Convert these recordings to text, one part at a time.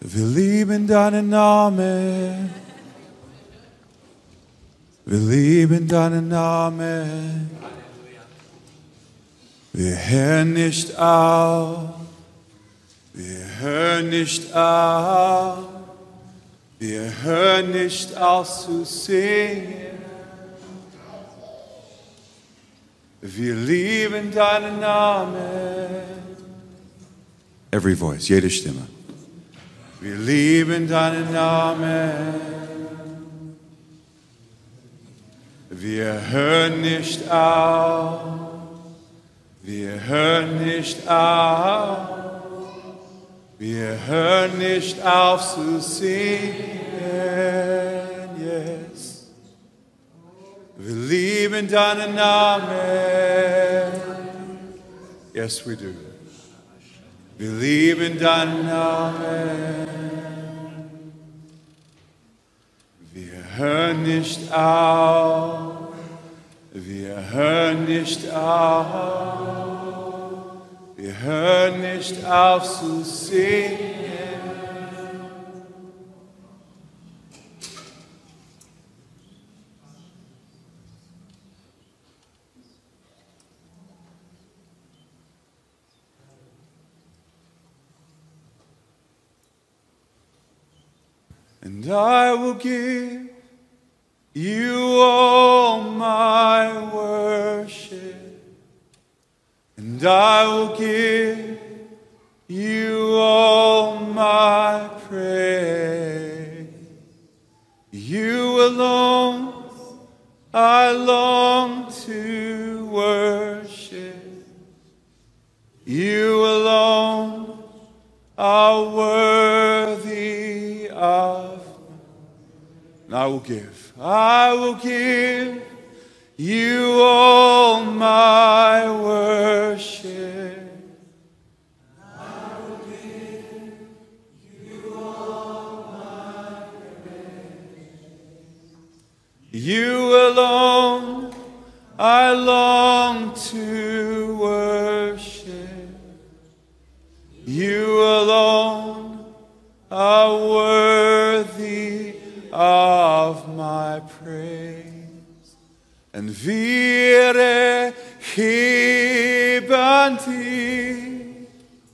Wir lieben deinen Namen. Wir lieben deinen Namen. Wir hören nicht auf. Wir hören nicht auf. Wir hören nicht auf zu singen. Wir lieben deinen Namen. Every voice, jede Stimme. Wir lieben deinen Namen. Wir hören nicht auf. Wir hören nicht auf. Wir hören nicht auf zu singen. Yes. Wir lieben deinen Namen. Yes, we do. Wir lieben deinen Namen. Wir hören nicht auf. Wir hören nicht auf. Wir hören nicht auf zu singen. And I will give you all my worship. And I will give you all my praise. You alone I long to worship. You alone are worthy of. And I will give you all my worship. I will give you all my praise. You alone I long to worship. You alone are worthy of my praise. And wir erheben dich.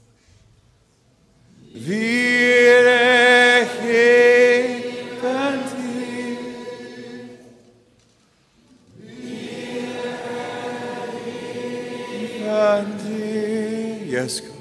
Wir erheben dich. Wir erheben dich. Yes, God.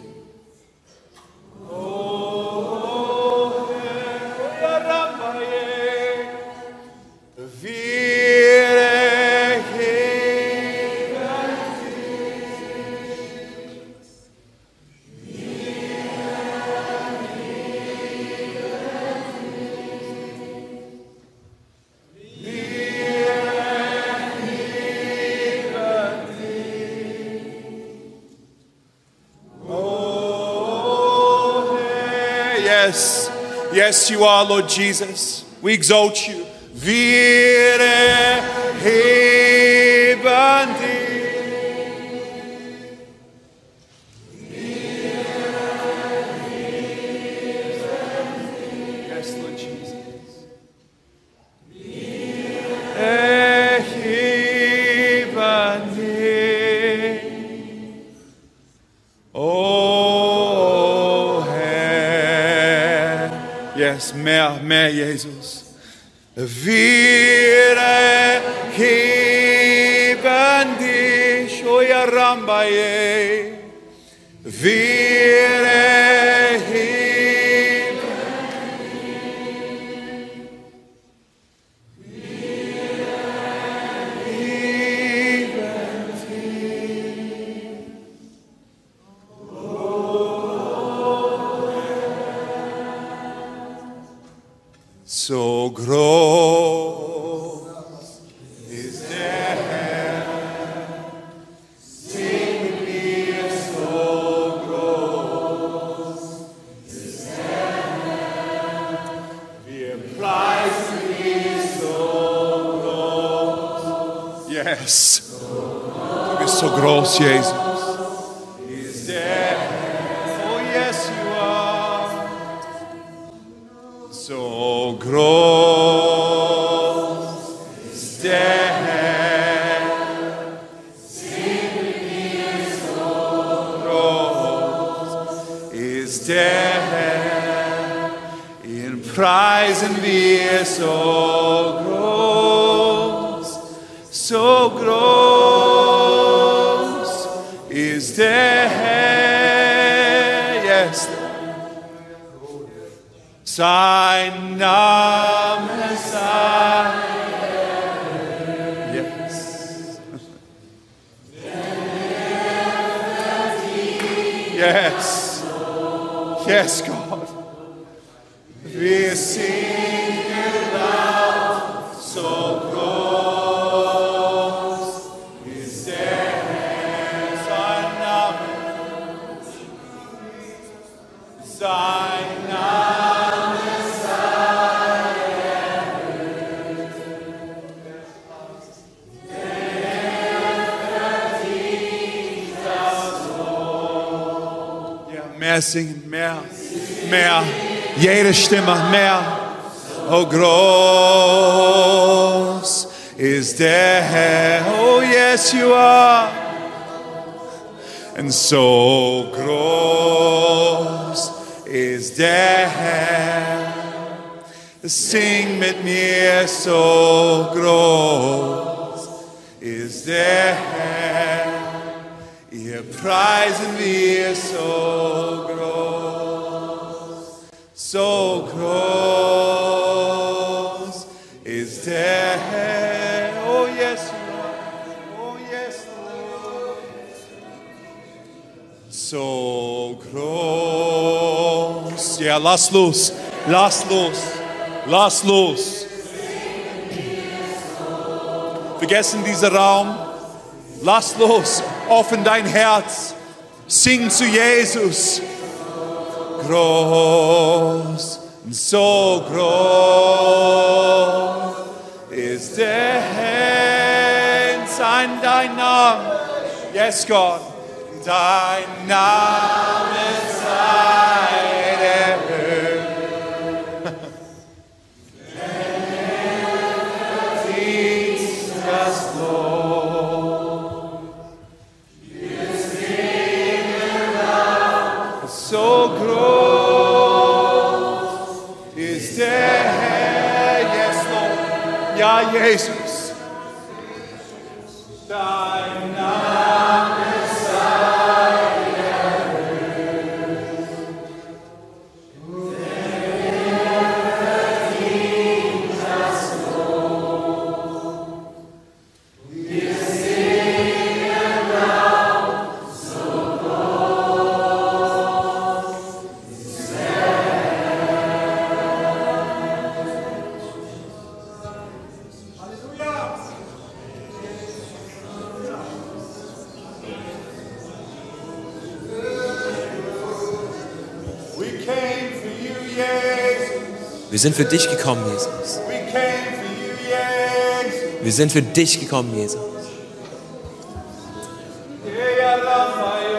Yes, you are, Lord Jesus. We exalt you. Wir erheben dich. Yes, Lord Jesus. Wir erheben dich. Oh, Herr. Yes, mehr, Jesus. Wir erheben dich, O Yarambaye. Wir erheben dich. Wir erheben dich. So groß ist der Herr, sing mit mir, so groß ist der Herr. Wir preisen ihn so groß. Yes, du bist so groß, Jesus. Ist der Herr, oh yes you are. So groß ist der Herr. Sing mit mir, so groß ist der Herr. Ihn preisen wir, so groß ist der Herr. Yes. Sein Name sei yes. Yes. Yes, God. Wir singen laut, so groß ist der Herr. Sein Name. Sein Name. Mehr singen, mehr, jede Stimme, mehr. Oh, groß ist der Herr, oh yes you are. And so groß ist der Herr. Sing mit mir, so groß ist der Herr. Ihr preisen wir, so groß ist der Herr. Oh yes, Lord. Oh yes, Lord. So groß. Ja, lass los. Vergessen diesen Raum. Lass los. Offen dein Herz. Sing zu Jesus. Groß, so groß ist der Herr. Sein dein Name. Yes, God. Dein Name sei erhöht. Verdienst das Lob. Wir singen laut, so groß ist der Herr. Yes, Lord. Ja, Jesus. Dein Name sei erhöht. Verdient das Lob. Wir singen laut, so groß ist der Halleluja. We came for you, Jesus. Wir sind für dich gekommen, Jesus. We came for you, Jesus. Wir sind für dich gekommen, Jesus. Yeah, Raphael.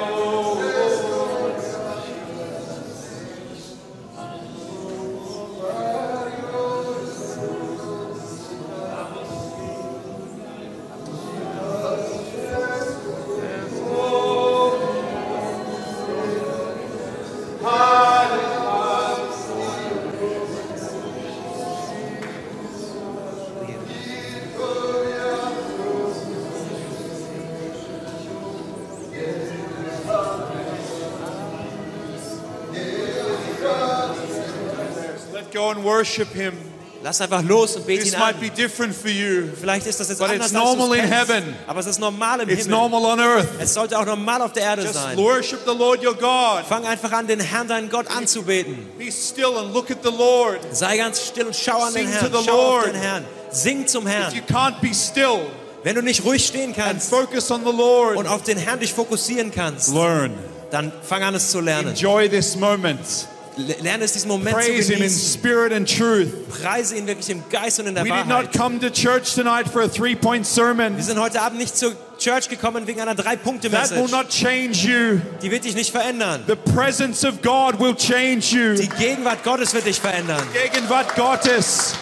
Let's go and worship Him. Lass einfach los und bete This ihn might an. be different for you. Vielleicht ist das jetzt But anders, it's als du normal es in kennst. heaven. Aber es ist normal im It's Himmel. normal on earth. Es sollte auch normal auf der Erde Just sein. worship the Lord your God. Fang einfach an, den Herrn, deinen Gott anzubeten. Be still and look at the Lord. Sei ganz still und schau an den Sing Herrn. to the Schau auf Lord. den Herrn. Sing zum If Herrn. you can't be still Wenn du nicht ruhig stehen and kannst focus on the Lord, und auf den Herrn dich fokussieren kannst, learn. dann fang an, es zu lernen. Enjoy this moment. Lerne es, diesen Moment zu Praise Him in genießen. spirit and truth. Preise ihn wirklich im Geist und in der We did Wahrheit. not come to church tonight for a 3-point sermon. Wir sind heute Abend nicht zur Church gekommen wegen einer That will 3-Punkte-Message. not change you. Die wird dich nicht verändern. The presence of God will change you. Die Gegenwart Gottes wird dich verändern. Gegenwart Gottes.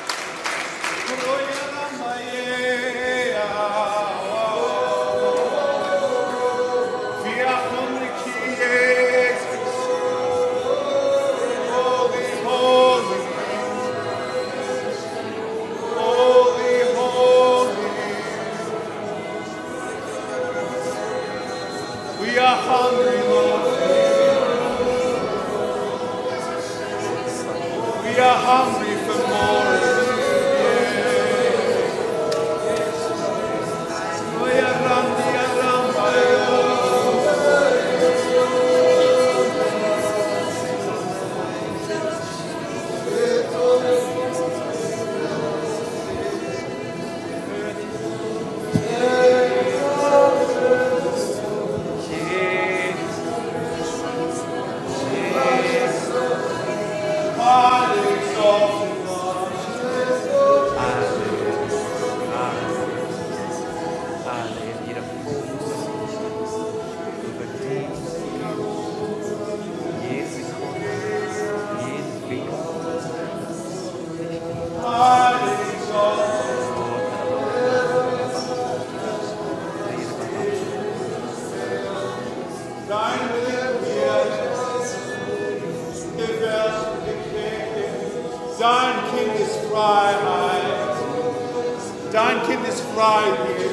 We are hungry, Lord. We are hungry for more. Dein Kind ist Freiheit. Dein Kind ist frei hier.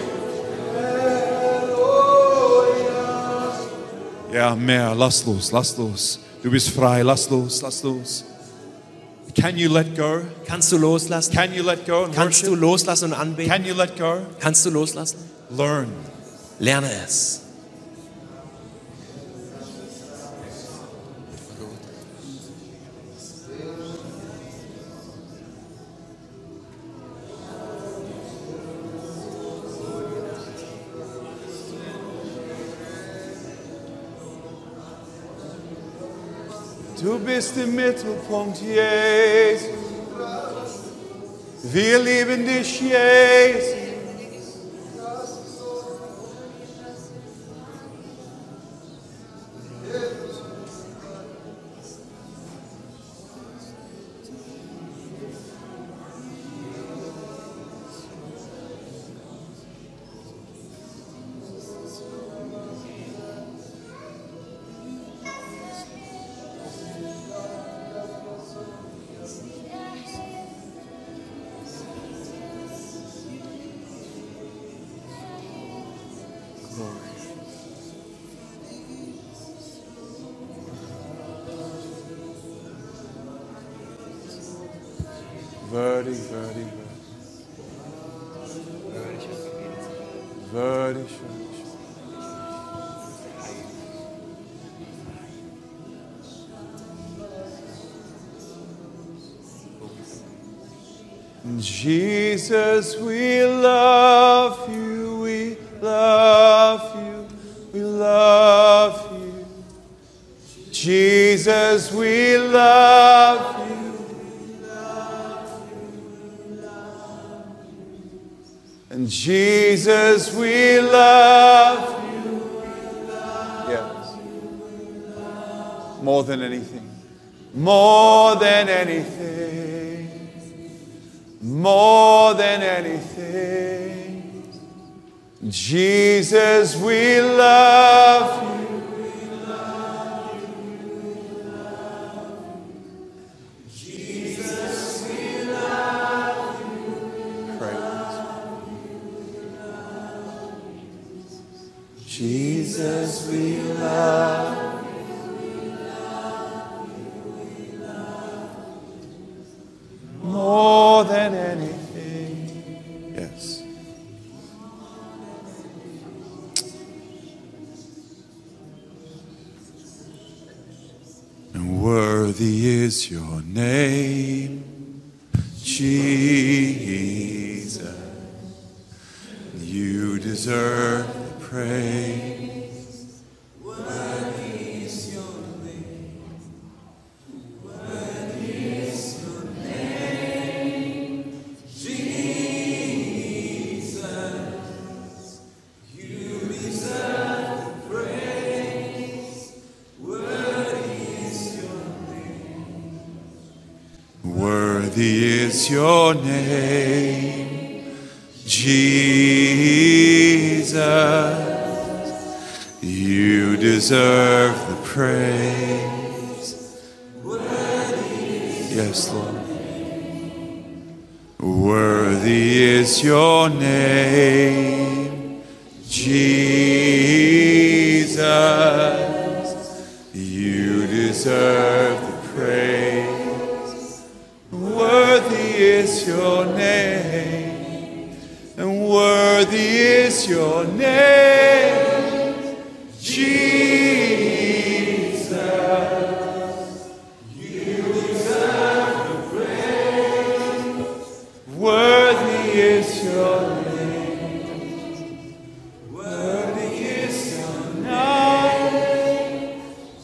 Ja, mehr. Lass los, lass los. Du bist frei. Lass los, lass los. Can you let go? Kannst du loslassen? Can you let go and Kannst du worship? loslassen und anbeten? Can you let go? Kannst du loslassen? Learn. Lerne es. Du bist im Mittelpunkt, Jesus. Wir lieben dich, Jesus. Würdig, würdig, würdig. Würdig, würdig. Jesus, we love you, we love you, we love you. Jesus, we love you. And Jesus, we love you. Yes. More than anything. More than anything. More than anything. Jesus, we love you. Jesus, we love you. More than anything. Yes. And worthy is your name, Jesus. You deserve praise. Worthy is your name. Worthy is your name, Jesus. You deserve the praise. Yes, Lord. Worthy is your name, Jesus. You deserve the praise. Worthy is your name, and worthy is your name, Jesus. You deserve the praise. Worthy is your name. Worthy is your name,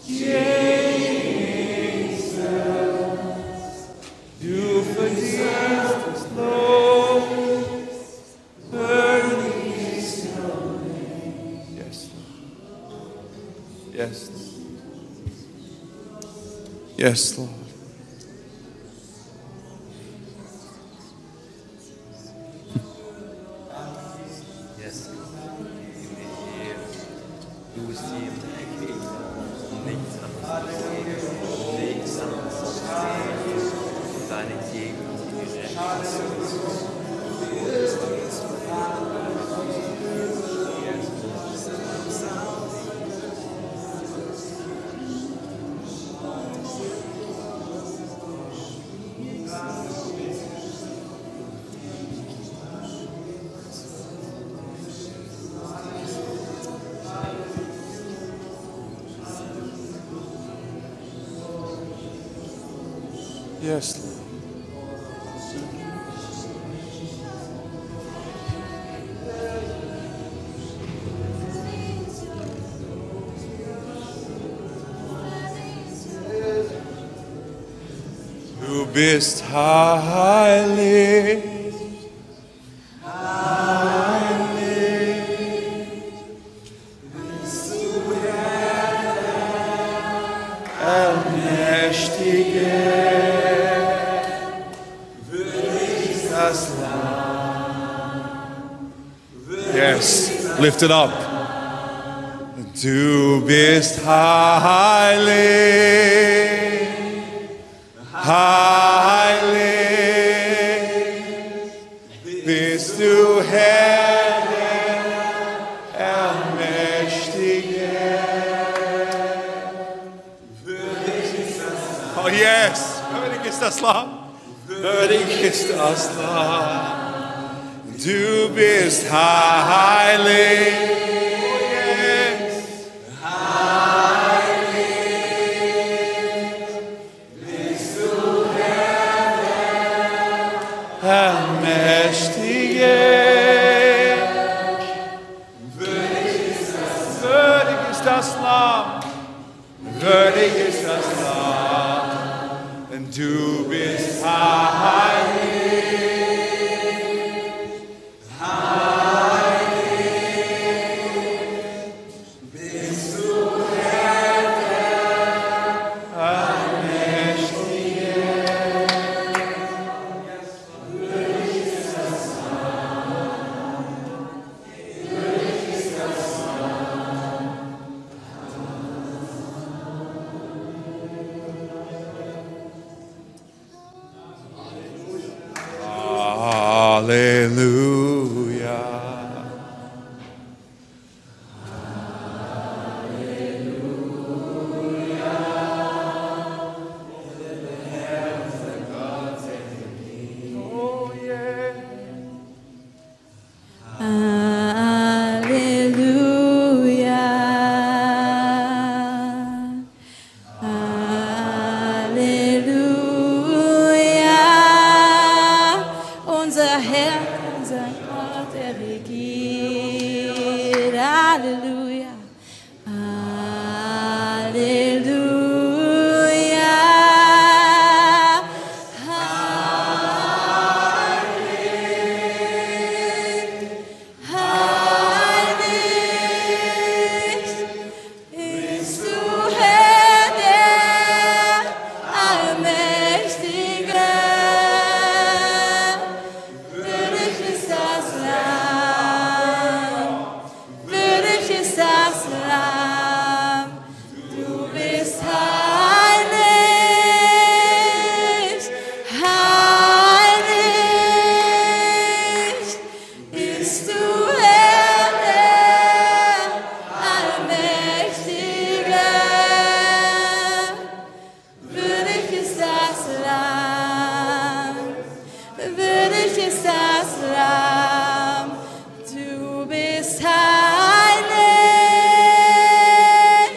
Jesus. You forgive us, Lord. Worthy is your name. Yes, Lord. Yes, Lord. Yes, Lord. Yes. Du bist die Ergebnis. Nichts anderes. Nichts anderes. Deine Gegenwart, die Yes, Lord. Du bist heilig. Yes, lift it up. Du bist heilig, heilig, bist du Herr der Allmächtige. Oh yes, würdig ist das Lamm, würdig ist das Lamm. Du bist heilig, oh yes, heilig, bist du Herr der Allmächtige. Würdig ist das Lamm, würdig ist das Lamm, denn du bist heilig. Hallelujah. Oh yeah. Halleluja. Halleluja. Unser Herr, unser Gott, er regiert. Halleluja. Halleluja. Heilig bist du, Herr der Allmächtige. ist das Lamm, du bist heilig,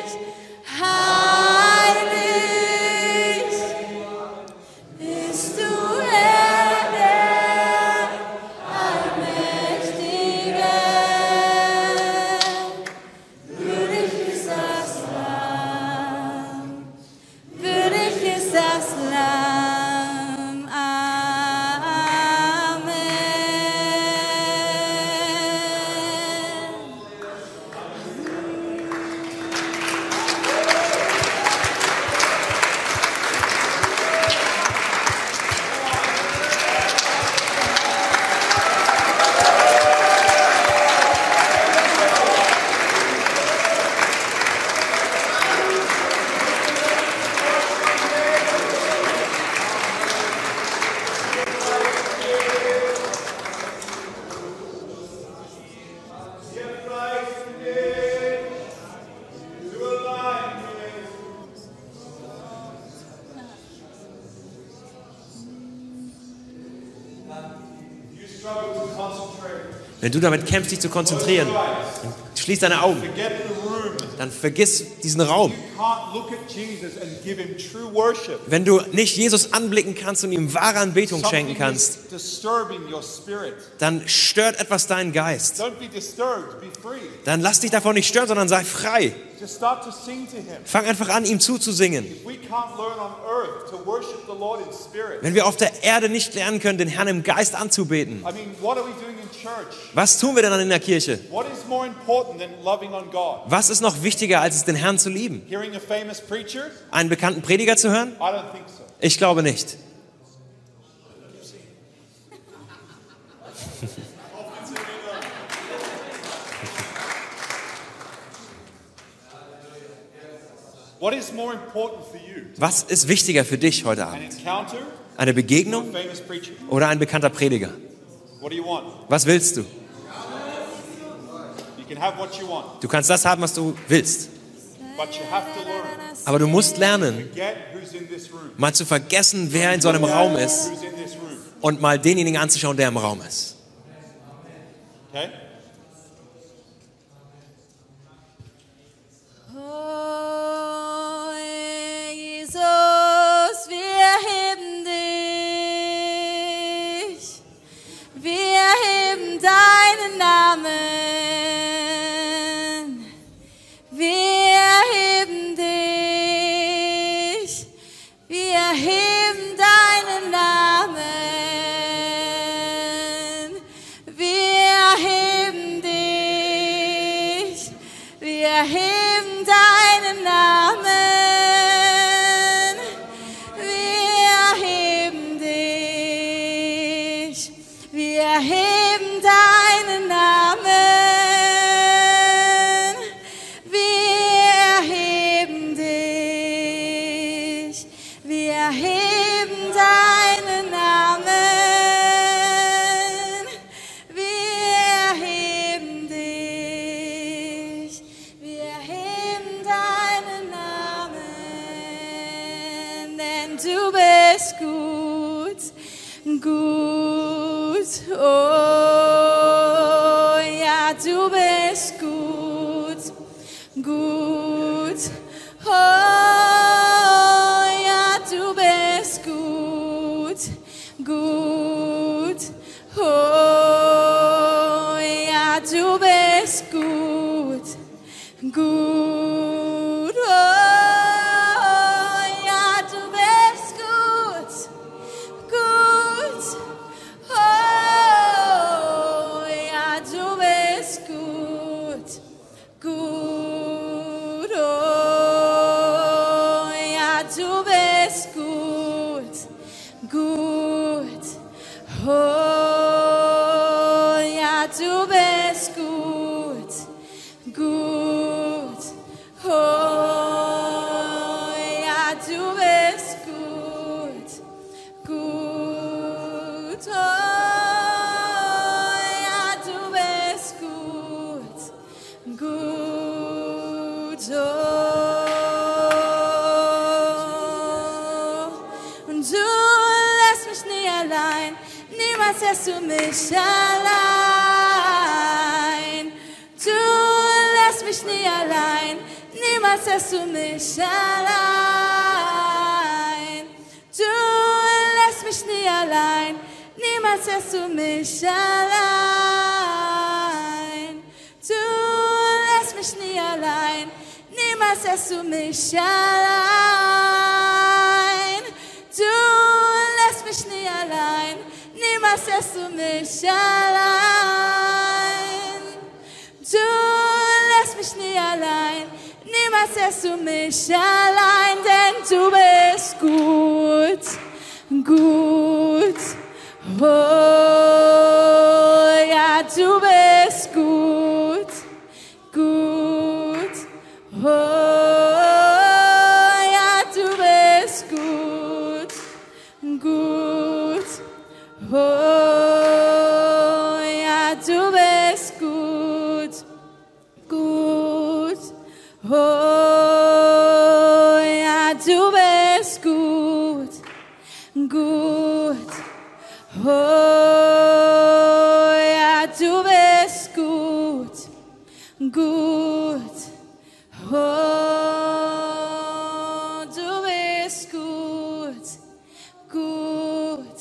heilig bist du, Herr, der Allmächtige. Würdig ist das Lamm, würdig ist das Lamm. Amen. Wenn du damit kämpfst, dich zu konzentrieren, dann schließ deine Augen. Forget the room. Dann vergiss diesen Raum. You can't look at Jesus and give him true worship. Wenn du nicht Jesus anblicken kannst und ihm wahre Anbetung schenken Something kannst, is disturbing your spirit. dann stört etwas deinen Geist. Don't be disturbed, be free. Dann lass dich davon nicht stören, sondern sei frei. Just start to sing to him. Fang einfach an, ihm zuzusingen. If we can't learn on earth to worship the Lord in spirit, Wenn wir auf der Erde nicht lernen können, den Herrn im Geist anzubeten, I mean, what are we doing in church? was tun wir denn dann in der Kirche? What is more important than loving on God? Was ist noch wichtiger, als es den Herrn zu lieben? Hearing a famous preacher? Einen bekannten Prediger zu hören? I don't think so. Ich glaube nicht. What is more important for you? Was ist wichtiger für dich heute An Abend? encounter Eine or a Begegnung famous preacher? oder ein bekannter Prediger? What do you want? Was willst du? You can have what you want, Du kannst das haben, was du willst. but you have to learn. Aber du musst lernen, Get who's in this room. mal zu vergessen, wer in so einem Raum ist Who's in this room? und mal denjenigen anzuschauen, der im Raum ist. Okay? Oh, Jesus, wir heben dich. Wir heben deinen Namen. Wir heben dich. Wir heben deinen Namen. Wir heben dich. Wir heben deinen Namen. Wir heben dich. Wir heben deinen Namen. Wir heben dich. Wir heben deinen Namen. Wir heben dich. Wir heben deinen Namen. Denn du bist gut, gut. Oh, ja, du bist gut, gut. Oh, ja, du bist gut, gut. Oh, ja, du bist gut, gut. Oh, ja, du bist gut, gut. Oh, ja, du bist gut, gut. Oh, ja, du bist gut, gut. Oh, ja, du bist gut, gut. Oh, ja, du bist gut, gut. Oh, ja, du bist gut, gut. Oh, und du lässt lässt mich nie allein. Niemals lässt du mich allein. Du lässt mich nie allein. Niemals lässt du mich allein. Du lässt mich nie allein. Niemals lässt du mich allein. Du lässt mich nie allein. Niemals lässt du mich allein. Du lässt mich nie allein. Niemals lässt du mich allein. Du lässt mich nie allein. Niemals lässt du mich allein, denn du bist gut, gut. Oh, ja, du bist gut, gut. Oh, ja, du bist gut, gut. Oh, ja, du bist gut, gut. Oh, ja, du bist gut, gut. Oh, ja, du bist gut, gut. Oh, du bist gut, gut.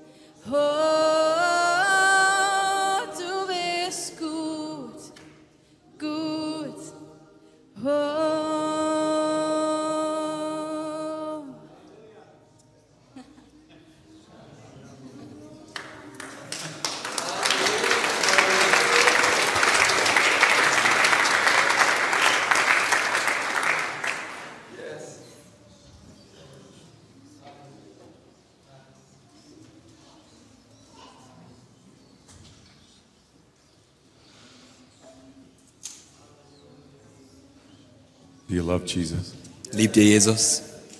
Oh, du bist gut, gut. Oh. Do you love Jesus? Liebt ihr Jesus?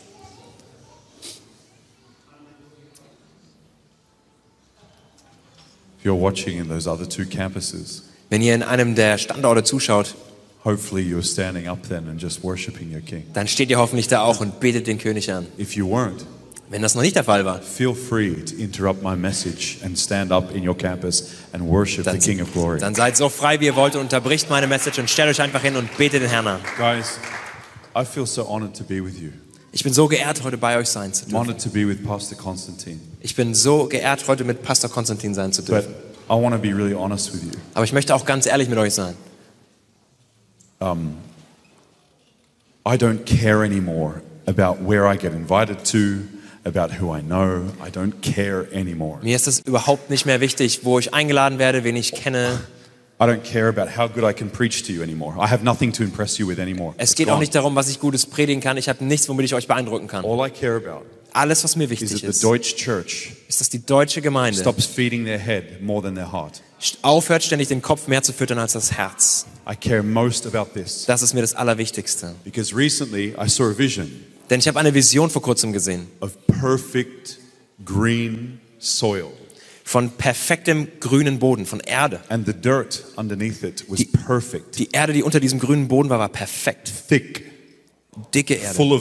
If you're watching in those other two campuses, Wenn ihr in einem der Standorte zuschaut, hopefully you're standing up then and just worshiping your King. dann steht ihr hoffentlich da auch und betet den König an. If you weren't, Wenn das noch nicht der Fall war, feel free to interrupt my message and stand up in your campus and worship the King of Glory. dann seid so frei, wie ihr wollt und unterbricht meine Message und stellt euch einfach hin und betet den Herrn an. Guys, I feel so honored to be with you. Ich bin so geehrt, heute bei euch sein zu I'm dürfen. honored to be with Pastor Constantine. Ich bin so geehrt, heute mit Pastor Konstantin sein zu But dürfen. I want to be really honest with you. Aber ich möchte auch ganz ehrlich mit euch sein. I don't care anymore about where I get invited to, about who I know. I don't care anymore. Mir ist es überhaupt nicht mehr wichtig, wo ich eingeladen werde, wen ich kenne. I don't care about how good I can preach to you anymore. I have nothing to impress you with anymore. Es It's geht auch gone. nicht darum, was ich Gutes predigen kann. Ich habe nichts, womit ich euch beeindrucken kann. All I care about Alles, was mir is wichtig that the ist, Deutsche Church ist, dass die deutsche Gemeinde stops feeding their head more than their heart. aufhört, ständig den Kopf mehr zu füttern als das Herz. I care most about this Das ist mir das Allerwichtigste. because recently I saw a vision Denn ich habe eine Vision vor kurzem gesehen of perfect green soil, von perfektem grünen Boden, von Erde. and the dirt underneath it was perfect, Die Erde, die unter diesem grünen Boden war, war perfekt. thick, Dicke Erde. full of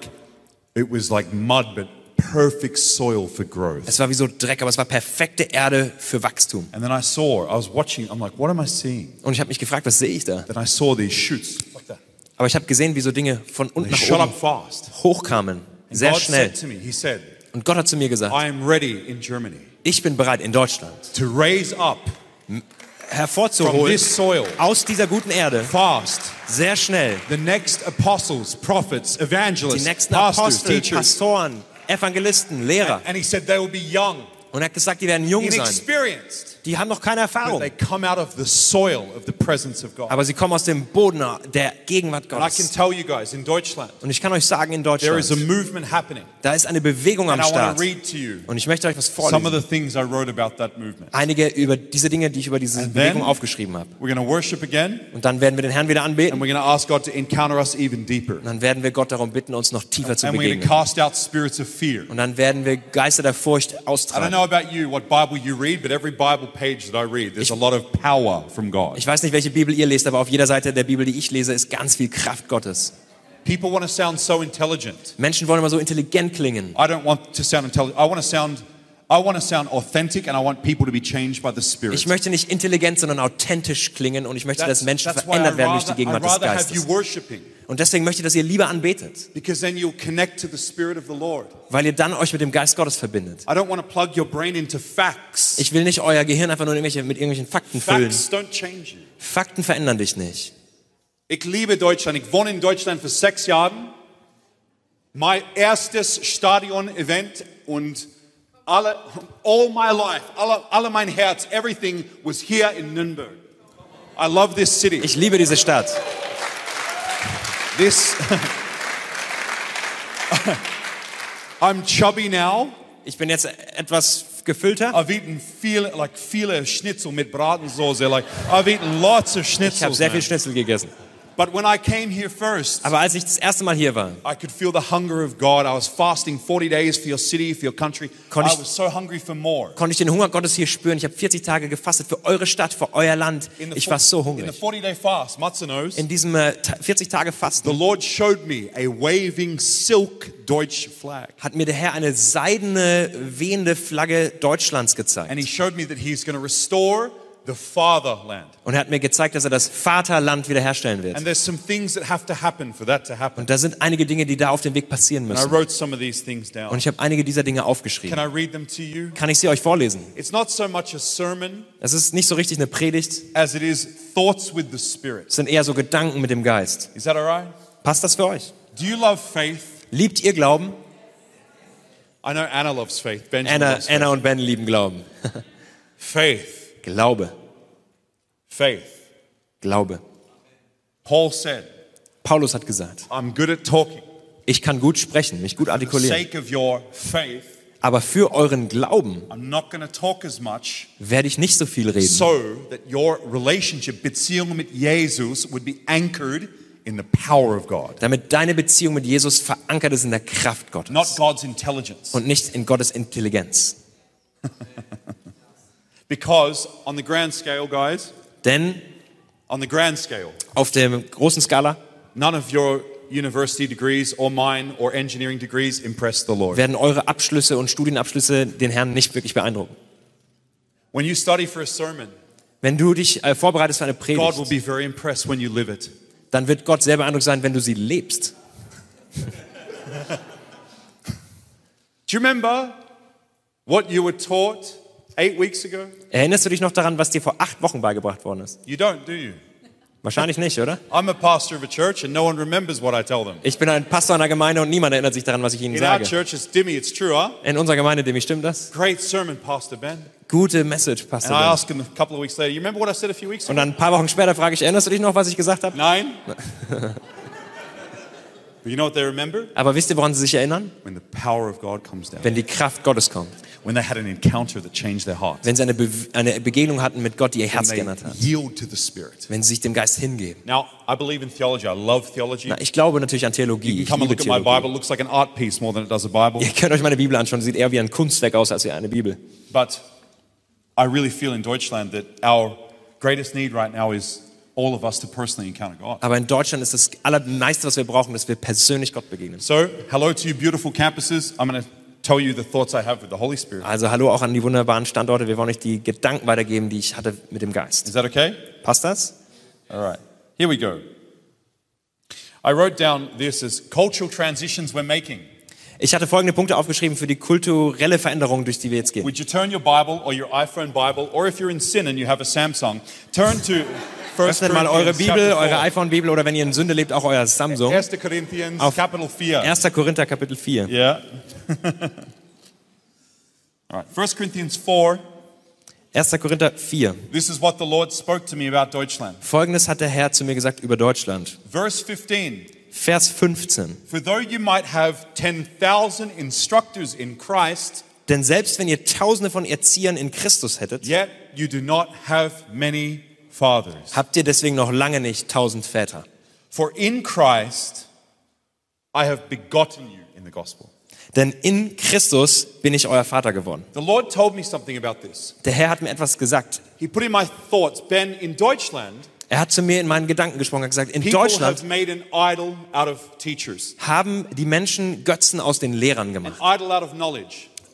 it was like mud, but perfect soil for growth. Es war wie so Dreck, aber es war perfekte Erde für Wachstum. And then I was watching, I'm like, what am I seeing? Und ich habe mich gefragt, was sehe ich da? Then I saw these shoots like that. Aber ich habe gesehen, wie so Dinge von unten They nach shot oben up fast. hochkamen. And Sehr God schnell. said to me, He said, Und Gott hat zu mir gesagt, I am ready in Germany ich bin bereit, in Deutschland to raise up from hervorzuholen, this soil aus dieser guten Erde, fast sehr schnell, the next apostles, prophets, die evangelists, nächsten pastors, Apostel, teachers. Pastoren, Evangelisten, Lehrer. And He said they will be young, Und er hat gesagt, die werden jung sein. inexperienced, Die haben noch keine but Erfahrung. they come out of the soil of the presence of God. Aber sie kommen aus dem Boden der Gegenwart And I can Gottes. tell you guys, in Deutschland, Und ich kann euch sagen, in there is a Deutschland, movement happening. da ist eine Bewegung am And I want Start. to read to you Und ich möchte euch was some of vorlesen. the things I wrote about that movement. Einige über diese Dinge, die ich über diese And then- Bewegung aufgeschrieben habe. We're going to worship again, Und dann werden wir den Herrn wieder and anbeten. we're going to ask God to encounter us even deeper. Und dann werden wir Gott darum bitten, uns noch tiefer zu And we're going to begegnen. cast out spirits of fear. Und dann werden wir Geister der Furcht I don't austragen. know about you, what Bible you read, but every Bible page that I read, there's a lot of power from God. Ich weiß nicht, welche Bibel ihr lest, aber auf jeder Seite der Bibel, die ich lese, ist ganz viel Kraft Gottes. People want to sound so intelligent. Menschen wollen immer so intelligent klingen. I don't want to sound intelligent. I want to sound I want to sound authentic and I want people to be changed by the Spirit. Ich möchte nicht intelligent, sondern authentisch klingen und ich möchte, dass Menschen That's why verändert werden durch die I'd Gegenwart des rather have Geistes. you worshiping, Und deswegen möchte ich, dass ihr lieber anbetet, because then you'll connect to the Spirit of the Lord. weil ihr dann euch mit dem Geist Gottes verbindet. I don't want to plug your brain into facts. Ich will nicht euer Gehirn einfach nur mit irgendwelchen Fakten füllen. Facts don't change you. Fakten verändern dich nicht. Ich liebe Deutschland. Ich wohne in Deutschland für 6 Jahre. Mein erstes Stadion-Event und all my life, alle mein Herz, everything was here in Nürnberg. I love this city. Ich liebe diese Stadt. I'm chubby now. Ich bin jetzt etwas gefüllter. I've eaten viele Schnitzel mit Bratensoße. I've eaten lots of Ich schnitzels. habe sehr viel man. Schnitzel gegessen. But when I came here first, Aber als ich das erste Mal hier war, I could feel the hunger of God. I was fasting 40 days for your city, for your country. Konnte ich- I was so hungry for more. konnte ich den Hunger Gottes hier spüren. Ich habe 40 Tage gefastet für eure Stadt, für euer Land. Ich war so In the hungrig. 40-day fast, Matze knows, In diesem 40 Tage the Fasten Lord showed me a waving silk Deutsch flag. hat mir der Herr eine seidene, wehende Flagge Deutschlands gezeigt. And he showed me that he's going to restore the fatherland. Und er hat mir gezeigt, dass er das Vaterland wiederherstellen wird. And there's some things that have to happen for that to happen. Und da sind einige Dinge, die da auf dem Weg passieren And I müssen. wrote some of these things Und down. ich habe einige dieser Dinge Can aufgeschrieben. I read them to you? Kann ich sie euch vorlesen? It's not so much a sermon Es ist nicht so richtig eine Predigt. as it is thoughts with the Spirit. Es sind eher so Gedanken mit dem Geist. Is that all right? Passt das für euch? Do you love faith? Liebt ihr Glauben? I know Anna loves faith. Benjamin loves Anna faith. und Ben lieben Glauben. Faith. Glaube. Faith. Glaube. Paul said, Paulus hat gesagt, I'm good at talking. ich kann gut sprechen, mich gut For the artikulieren. sake of your faith, Aber für euren Glauben I'm not going to talk as much werde ich nicht so viel reden, so that your relationship, Beziehung mit Jesus, would be anchored in the power of God, damit deine Beziehung mit Jesus verankert ist in der Kraft not Gottes God's intelligence. und nicht in Gottes Intelligenz. Because on the grand scale, guys, Denn on the grand scale, auf der großen Skala none of your university degrees or mine or engineering degrees impress the Lord. werden eure Abschlüsse und Studienabschlüsse den Herrn nicht wirklich beeindrucken. When you study for a sermon, Wenn du dich vorbereitest für eine God will Predigt, be very impressed when you live it. dann wird Gott sehr beeindruckt sein, wenn du sie lebst. Do you remember what you were taught 8 weeks ago? Erinnerst du dich noch daran, was dir vor 8 Wochen beigebracht worden ist? You don't, do you? Wahrscheinlich nicht, oder? I'm a pastor of a church and no one remembers what I tell them. Ich bin ein Pastor einer Gemeinde und niemand erinnert sich daran, was ich ihnen In our sage. church, it's Dimmy, it's true, huh? In unserer Gemeinde, Demi, stimmt das? Great sermon, Pastor Ben. Gute Message, And Pastor I Ben. asked him a couple of weeks later, you remember what I said a few weeks Und ago? dann ein paar Wochen später frage ich, erinnerst du dich noch, was ich gesagt habe? Nine? But you know what they remember? Aber wisst ihr, woran sie sich erinnern? When the power of God comes down. Wenn die Kraft Gottes kommt. When they had an encounter that changed their heart. Wenn sie eine Begegnung hatten mit Gott, die ihr When Herz they geändert hat. yield to the Spirit. Wenn sie sich dem Geist hingeben. Now, I believe in theology. I love theology. Na, ich glaube natürlich an You Theologie. can Ich come and liebe look at my Bible. Theologie. It looks like an art piece more than it does a Bible. Ihr könnt euch meine Bibel anschauen. Sie sieht eher wie ein Kunstwerk aus, als wie eine Bibel. But I really feel in Deutschland that our greatest need right now is all of us to personally encounter God. Aber in Deutschland ist das Allermeiste, was wir brauchen, dass wir persönlich Gott begegnen. So, hello to you beautiful campuses. I'm going to tell you the thoughts I have with the Holy Spirit. Also hallo auch an die wunderbaren Standorte. Wir wollen euch die Gedanken weitergeben, die ich hatte mit dem Geist. Is that okay? Passt das? All right. Here we go. I wrote down this as cultural transitions we're making. Ich hatte folgende Punkte aufgeschrieben für die kulturelle Veränderung, durch die wir jetzt gehen. Would you turn your Bible or your iPhone Bible, or if you're in sin and you have a Samsung, turn to 1 Öffnet mal eure Corinthians Bibel, chapter eure 4. iPhone-Bibel oder wenn ihr in Sünde lebt, auch euer Samsung. 1 Corinthians Auf Kapitel 4. 1. Korinther Kapitel 4. Yeah. All right. 1 Corinthians 4. 1. Korinther 4. This is what the Lord spoke to me about Deutschland. Folgendes hat der Herr zu mir gesagt über Deutschland. Verse 15. Vers 15. For though you might have 10,000 instructors in Christ, Denn selbst wenn ihr Tausende von Erziehern in Christus hättet, yet you do not have many fathers. habt ihr deswegen noch lange nicht 1000 Väter. For in Christ I have begotten you in the gospel. Denn in Christus bin ich euer Vater geworden. The Lord told me something about this. Der Herr hat mir etwas gesagt. He put in my thoughts, Ben, in Deutschland, Er hat zu mir in meinen Gedanken gesprochen. Er hat gesagt, in people Deutschland have made an idol out of teachers, haben die Menschen Götzen aus den Lehrern an gemacht. idol out of knowledge. Aus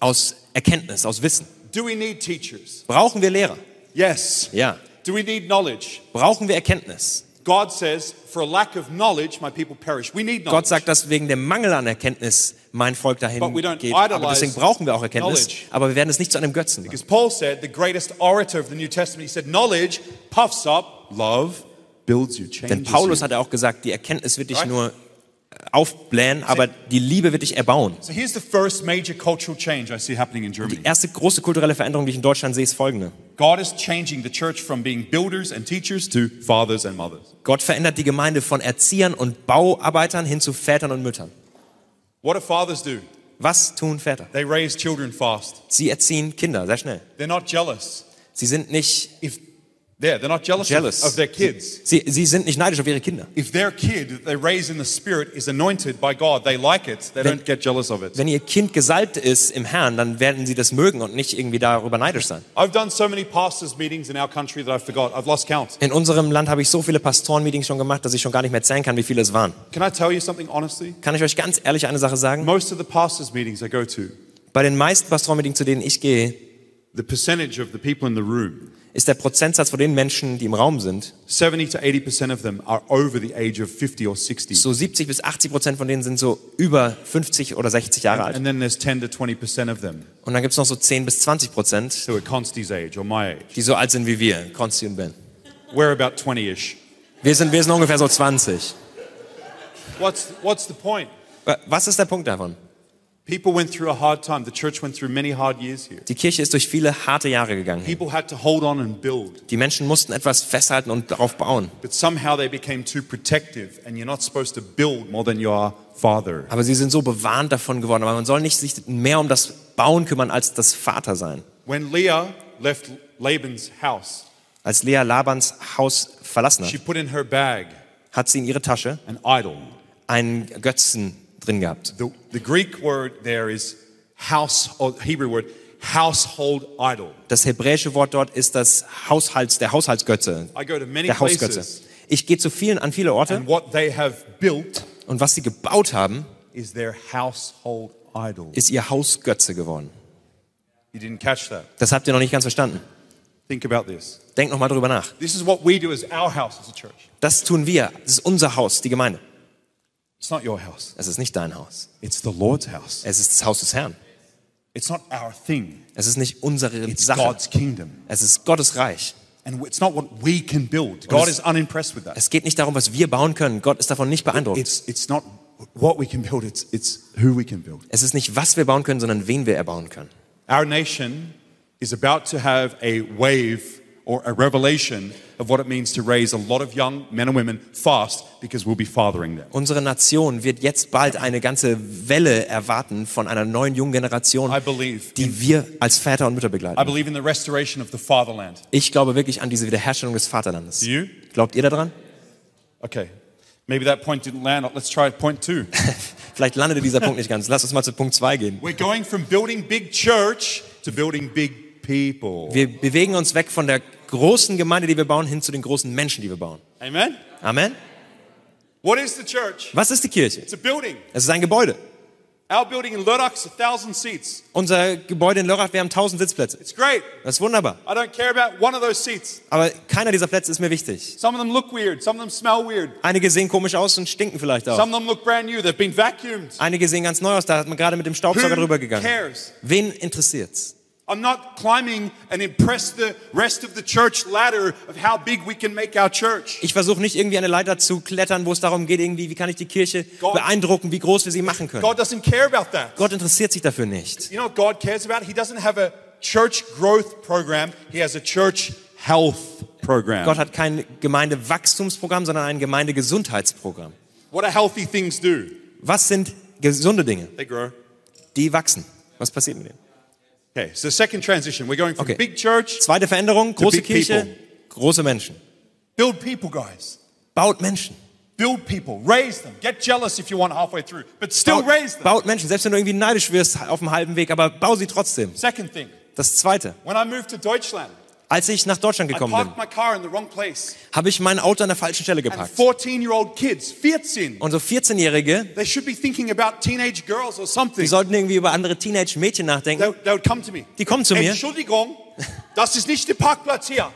Erkenntnis, aus Wissen. Do we need teachers? Brauchen wir Lehrer? Yes. Ja. Do we need knowledge? Brauchen wir Erkenntnis? God says, for a lack of knowledge, my people perish. We need Gott knowledge. sagt, dass wegen dem Mangel an Erkenntnis mein Volk dahin But we don't geht. Aber idolize deswegen brauchen wir auch Erkenntnis. knowledge. Aber wir werden es nicht zu einem Götzen machen. Because Paul said, the greatest orator of the New Testament, he said, knowledge puffs up, love builds you, Denn changes Paulus you. hat ja auch gesagt, die Erkenntnis wird dich Right. nur aufblähen, aber die Liebe wird dich erbauen. So here's the first major cultural change I see happening in Germany. Die erste große kulturelle Veränderung, die ich in Deutschland sehe, ist folgende. God is changing the church from being builders and teachers to fathers and mothers. Gott verändert die Gemeinde von Erziehern und Bauarbeitern hin zu Vätern und Müttern. What do fathers do? Was tun Väter? They raise children fast. Sie erziehen Kinder sehr schnell. They're not jealous. Sie sind nicht They're not jealous of their kids. Sie sind nicht neidisch auf ihre Kinder. If their kid that they raise in the Spirit is anointed by God, they like it. They don't get jealous of it. Wenn ihr Kind gesalbt ist im Herrn, dann werden sie das mögen und nicht irgendwie darüber neidisch sein. I've done so many pastors' meetings in our country that I forgot. I've lost count. In unserem Land habe ich so viele Pastorenmeetings schon gemacht, dass ich schon gar nicht mehr zählen kann, wie viele es waren. Can I tell you something honestly? Kann ich euch ganz ehrlich eine Sache sagen? Most of the pastors' meetings I go to, Bei den meisten Pastorenmeetings, zu denen ich gehe, the percentage of the people in the room, ist der Prozentsatz von den Menschen, die im Raum sind, 70 to 80% of them are over the age of 50 or 60. so 70-80% von denen sind so über 50 oder 60 Jahre alt. And then there's 10 to 20% of them Und dann gibt es noch so 10-20%, who are Consti's age or my age. die so alt sind wie wir, Konsti und Ben. We're about 20-ish. Wir sind ungefähr so 20. What's the point? Was ist der Punkt davon? People went through a hard time. The church went through many hard years here. Die Kirche ist durch viele harte Jahre gegangen. People had to hold on and build. Die Menschen mussten etwas festhalten und darauf bauen. But somehow they became too protective, and you're not supposed to build more than your father. Aber sie sind so bewahrend davon geworden. Aber man soll nicht sich mehr um das Bauen kümmern, als das Vatersein. When Leah left Laban's house, Als Lea Labans Haus verlassen she hat, put in her bag hat sie in ihre Tasche an idol. einen Götzen drin gehabt. The Greek word there is house, or Hebrew word, household idol. Das hebräische Wort dort ist der Haushaltsgötze, I go to many der Hausgötze. places, Ich gehe an viele Orte and what they have built und was sie gebaut haben, is their household idol. ist ihr Hausgötze geworden. You didn't catch that. Das habt ihr noch nicht ganz verstanden. Think about this. Denkt noch mal drüber nach. This is what we do as our house as a church. Das tun wir. Das ist unser Haus, die Gemeinde. It's not your house. Es ist nicht dein Haus. It's the Lord's house. Es ist das Haus des Herrn. It's not our thing. Es ist nicht unsere It's Sache. God's kingdom. Es ist Gottes Reich. And it's not what we can build. God is unimpressed with that. Es geht nicht darum, was wir bauen können. Gott ist davon nicht beeindruckt. It's not what we can build. It's who we can build. Es ist nicht, was wir bauen können, sondern wen wir erbauen können. Our nation is about to have a wave or a revelation of what it means to raise a lot of young men and women fast because we'll be fathering them. Unsere Nation wird jetzt bald eine ganze Welle erwarten von einer neuen jungen Generation, I believe die wir als Väter und Mütter I begleiten. believe in the restoration of the fatherland. Ich glaube wirklich an diese Wiederherstellung des Vaterlandes. Do you? Glaubt ihr daran? Okay. Maybe that point didn't land. Let's try point 2. Vielleicht landete dieser Punkt nicht ganz. Lass uns mal zu Punkt 2 gehen. We're going from building big church to building big people. Wir bewegen uns weg von der großen Gemeinde, die wir bauen, hin zu den großen Menschen, die wir bauen. Amen? Amen. What is the church? Was ist die Kirche? It's a building. Es ist ein Gebäude. Our building in Lörrach is 1,000 seats. Unser Gebäude in Lörrach, wir haben 1000 Sitzplätze. It's great. Das ist wunderbar. I don't care about one of those seats. Aber keiner dieser Plätze ist mir wichtig. Some of them look weird. Some of them smell weird. Einige sehen komisch aus und stinken vielleicht auch. Some of them look brand new. They've been vacuumed. Einige sehen ganz neu aus, da hat man gerade mit dem Staubsauger drüber Who gegangen. cares? Wen interessiert's? I'm not climbing and impress the rest of the church ladder of how big we can make our church. Ich versuche nicht irgendwie eine Leiter zu klettern, wo es darum geht, irgendwie, wie kann ich die Kirche Gott- beeindrucken, wie groß wir sie machen können. God doesn't care about that. Gott interessiert sich dafür nicht. You know what God cares about? He doesn't have a church growth program. He has a church health program. Gott hat kein Gemeindewachstumsprogramm, sondern ein Gemeindegesundheitsprogramm. What do healthy things do? Was sind gesunde Dinge? They grow. Die wachsen. Was passiert mit denen? Okay, so second transition. We're going from Okay. big church, Zweite Veränderung, große big Kirche, people. große Menschen. build people, guys. Baut Menschen. Build people, raise them. Get jealous if you want halfway through, but still raise them. Baut Menschen, selbst wenn du irgendwie neidisch wirst auf dem halben Weg, aber bau sie trotzdem. Second thing, Das Zweite, when I moved to Deutschland, Als ich nach Deutschland I gekommen parked bin, my car in the wrong place. habe ich mein Auto an der falschen Stelle And geparkt. 14-year-old kids, 14, Und so 14-Jährige, they should be thinking about teenage girls or die something. sollten irgendwie über andere Teenage-Mädchen nachdenken. They would come to me. Die kommen zu mir. Entschuldigung, das ist nicht der Parkplatz hier.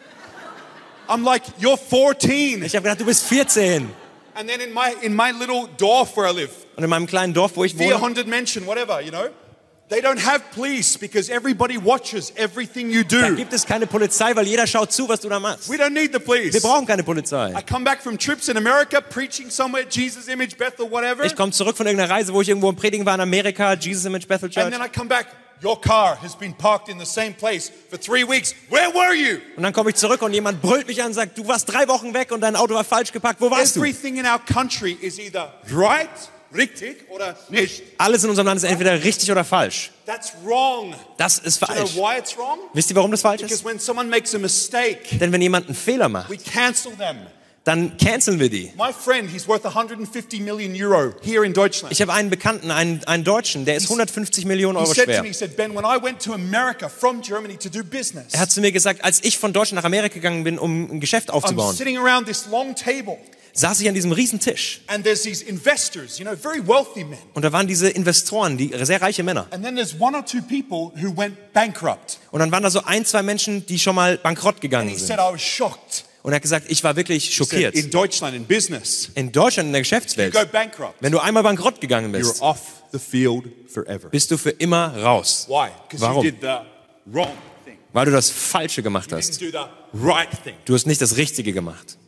I'm like, you're 14. Ich habe gedacht, du bist 14. And then in my little dorf where I live, Und in meinem kleinen Dorf, wo ich wohne, 400 Menschen, whatever, you know, they don't have police because everybody watches everything you da do. gibt es keine Polizei, weil jeder schaut zu, was du da machst. We don't need the police. Wir brauchen keine Polizei. I come back from trips in America, preaching somewhere, Jesus Image, Bethel, whatever. Ich komme zurück von irgendeiner Reise, wo ich irgendwo im Predigen war in Amerika, Jesus Image Bethel Church. And then I come back, your car has been parked in the same place for 3 weeks. Where were you? Und dann komme ich zurück und jemand brüllt mich an und sagt, du warst 3 Wochen weg und dein Auto war falsch geparkt. Wo warst du? Everything in our country is either right, richtig, oder nicht. Alles in unserem Land ist entweder richtig oder falsch. That's wrong. Das ist Do you know falsch. why it's wrong? Wisst ihr, warum das falsch Because ist? when someone makes a mistake, Denn wenn jemand einen Fehler macht, we cancel them. dann canceln wir die. My friend, he's worth 150 million euro here in Deutschland. Ich habe einen Bekannten, einen Deutschen, der ist 150 Millionen He Euro said to schwer. me, he said, Ben, when I went to America from Germany to do business, Er hat zu mir gesagt, als ich von Deutschland nach Amerika gegangen bin, um ein Geschäft I'm aufzubauen, sitting around this long table saß ich an diesem riesen Tisch. and there's these investors, you know, very wealthy men. Und da waren diese Investoren, die sehr reiche Männer. And then there's 1 or 2 people who went bankrupt. Und dann waren da so 1, 2 Menschen, die schon mal bankrott And gegangen he sind. said, I was shocked. Und er hat gesagt, ich war wirklich He said, schockiert. in Deutschland, in business, In Deutschland, in der you Geschäftswelt, go bankrupt, wenn du einmal bankrott gegangen you're bist, off the field forever. bist du für immer raus. Why? Because you Warum? did the wrong thing. Weil du das Falsche gemacht You hast. didn't do the right thing. Du hast nicht das Richtige gemacht.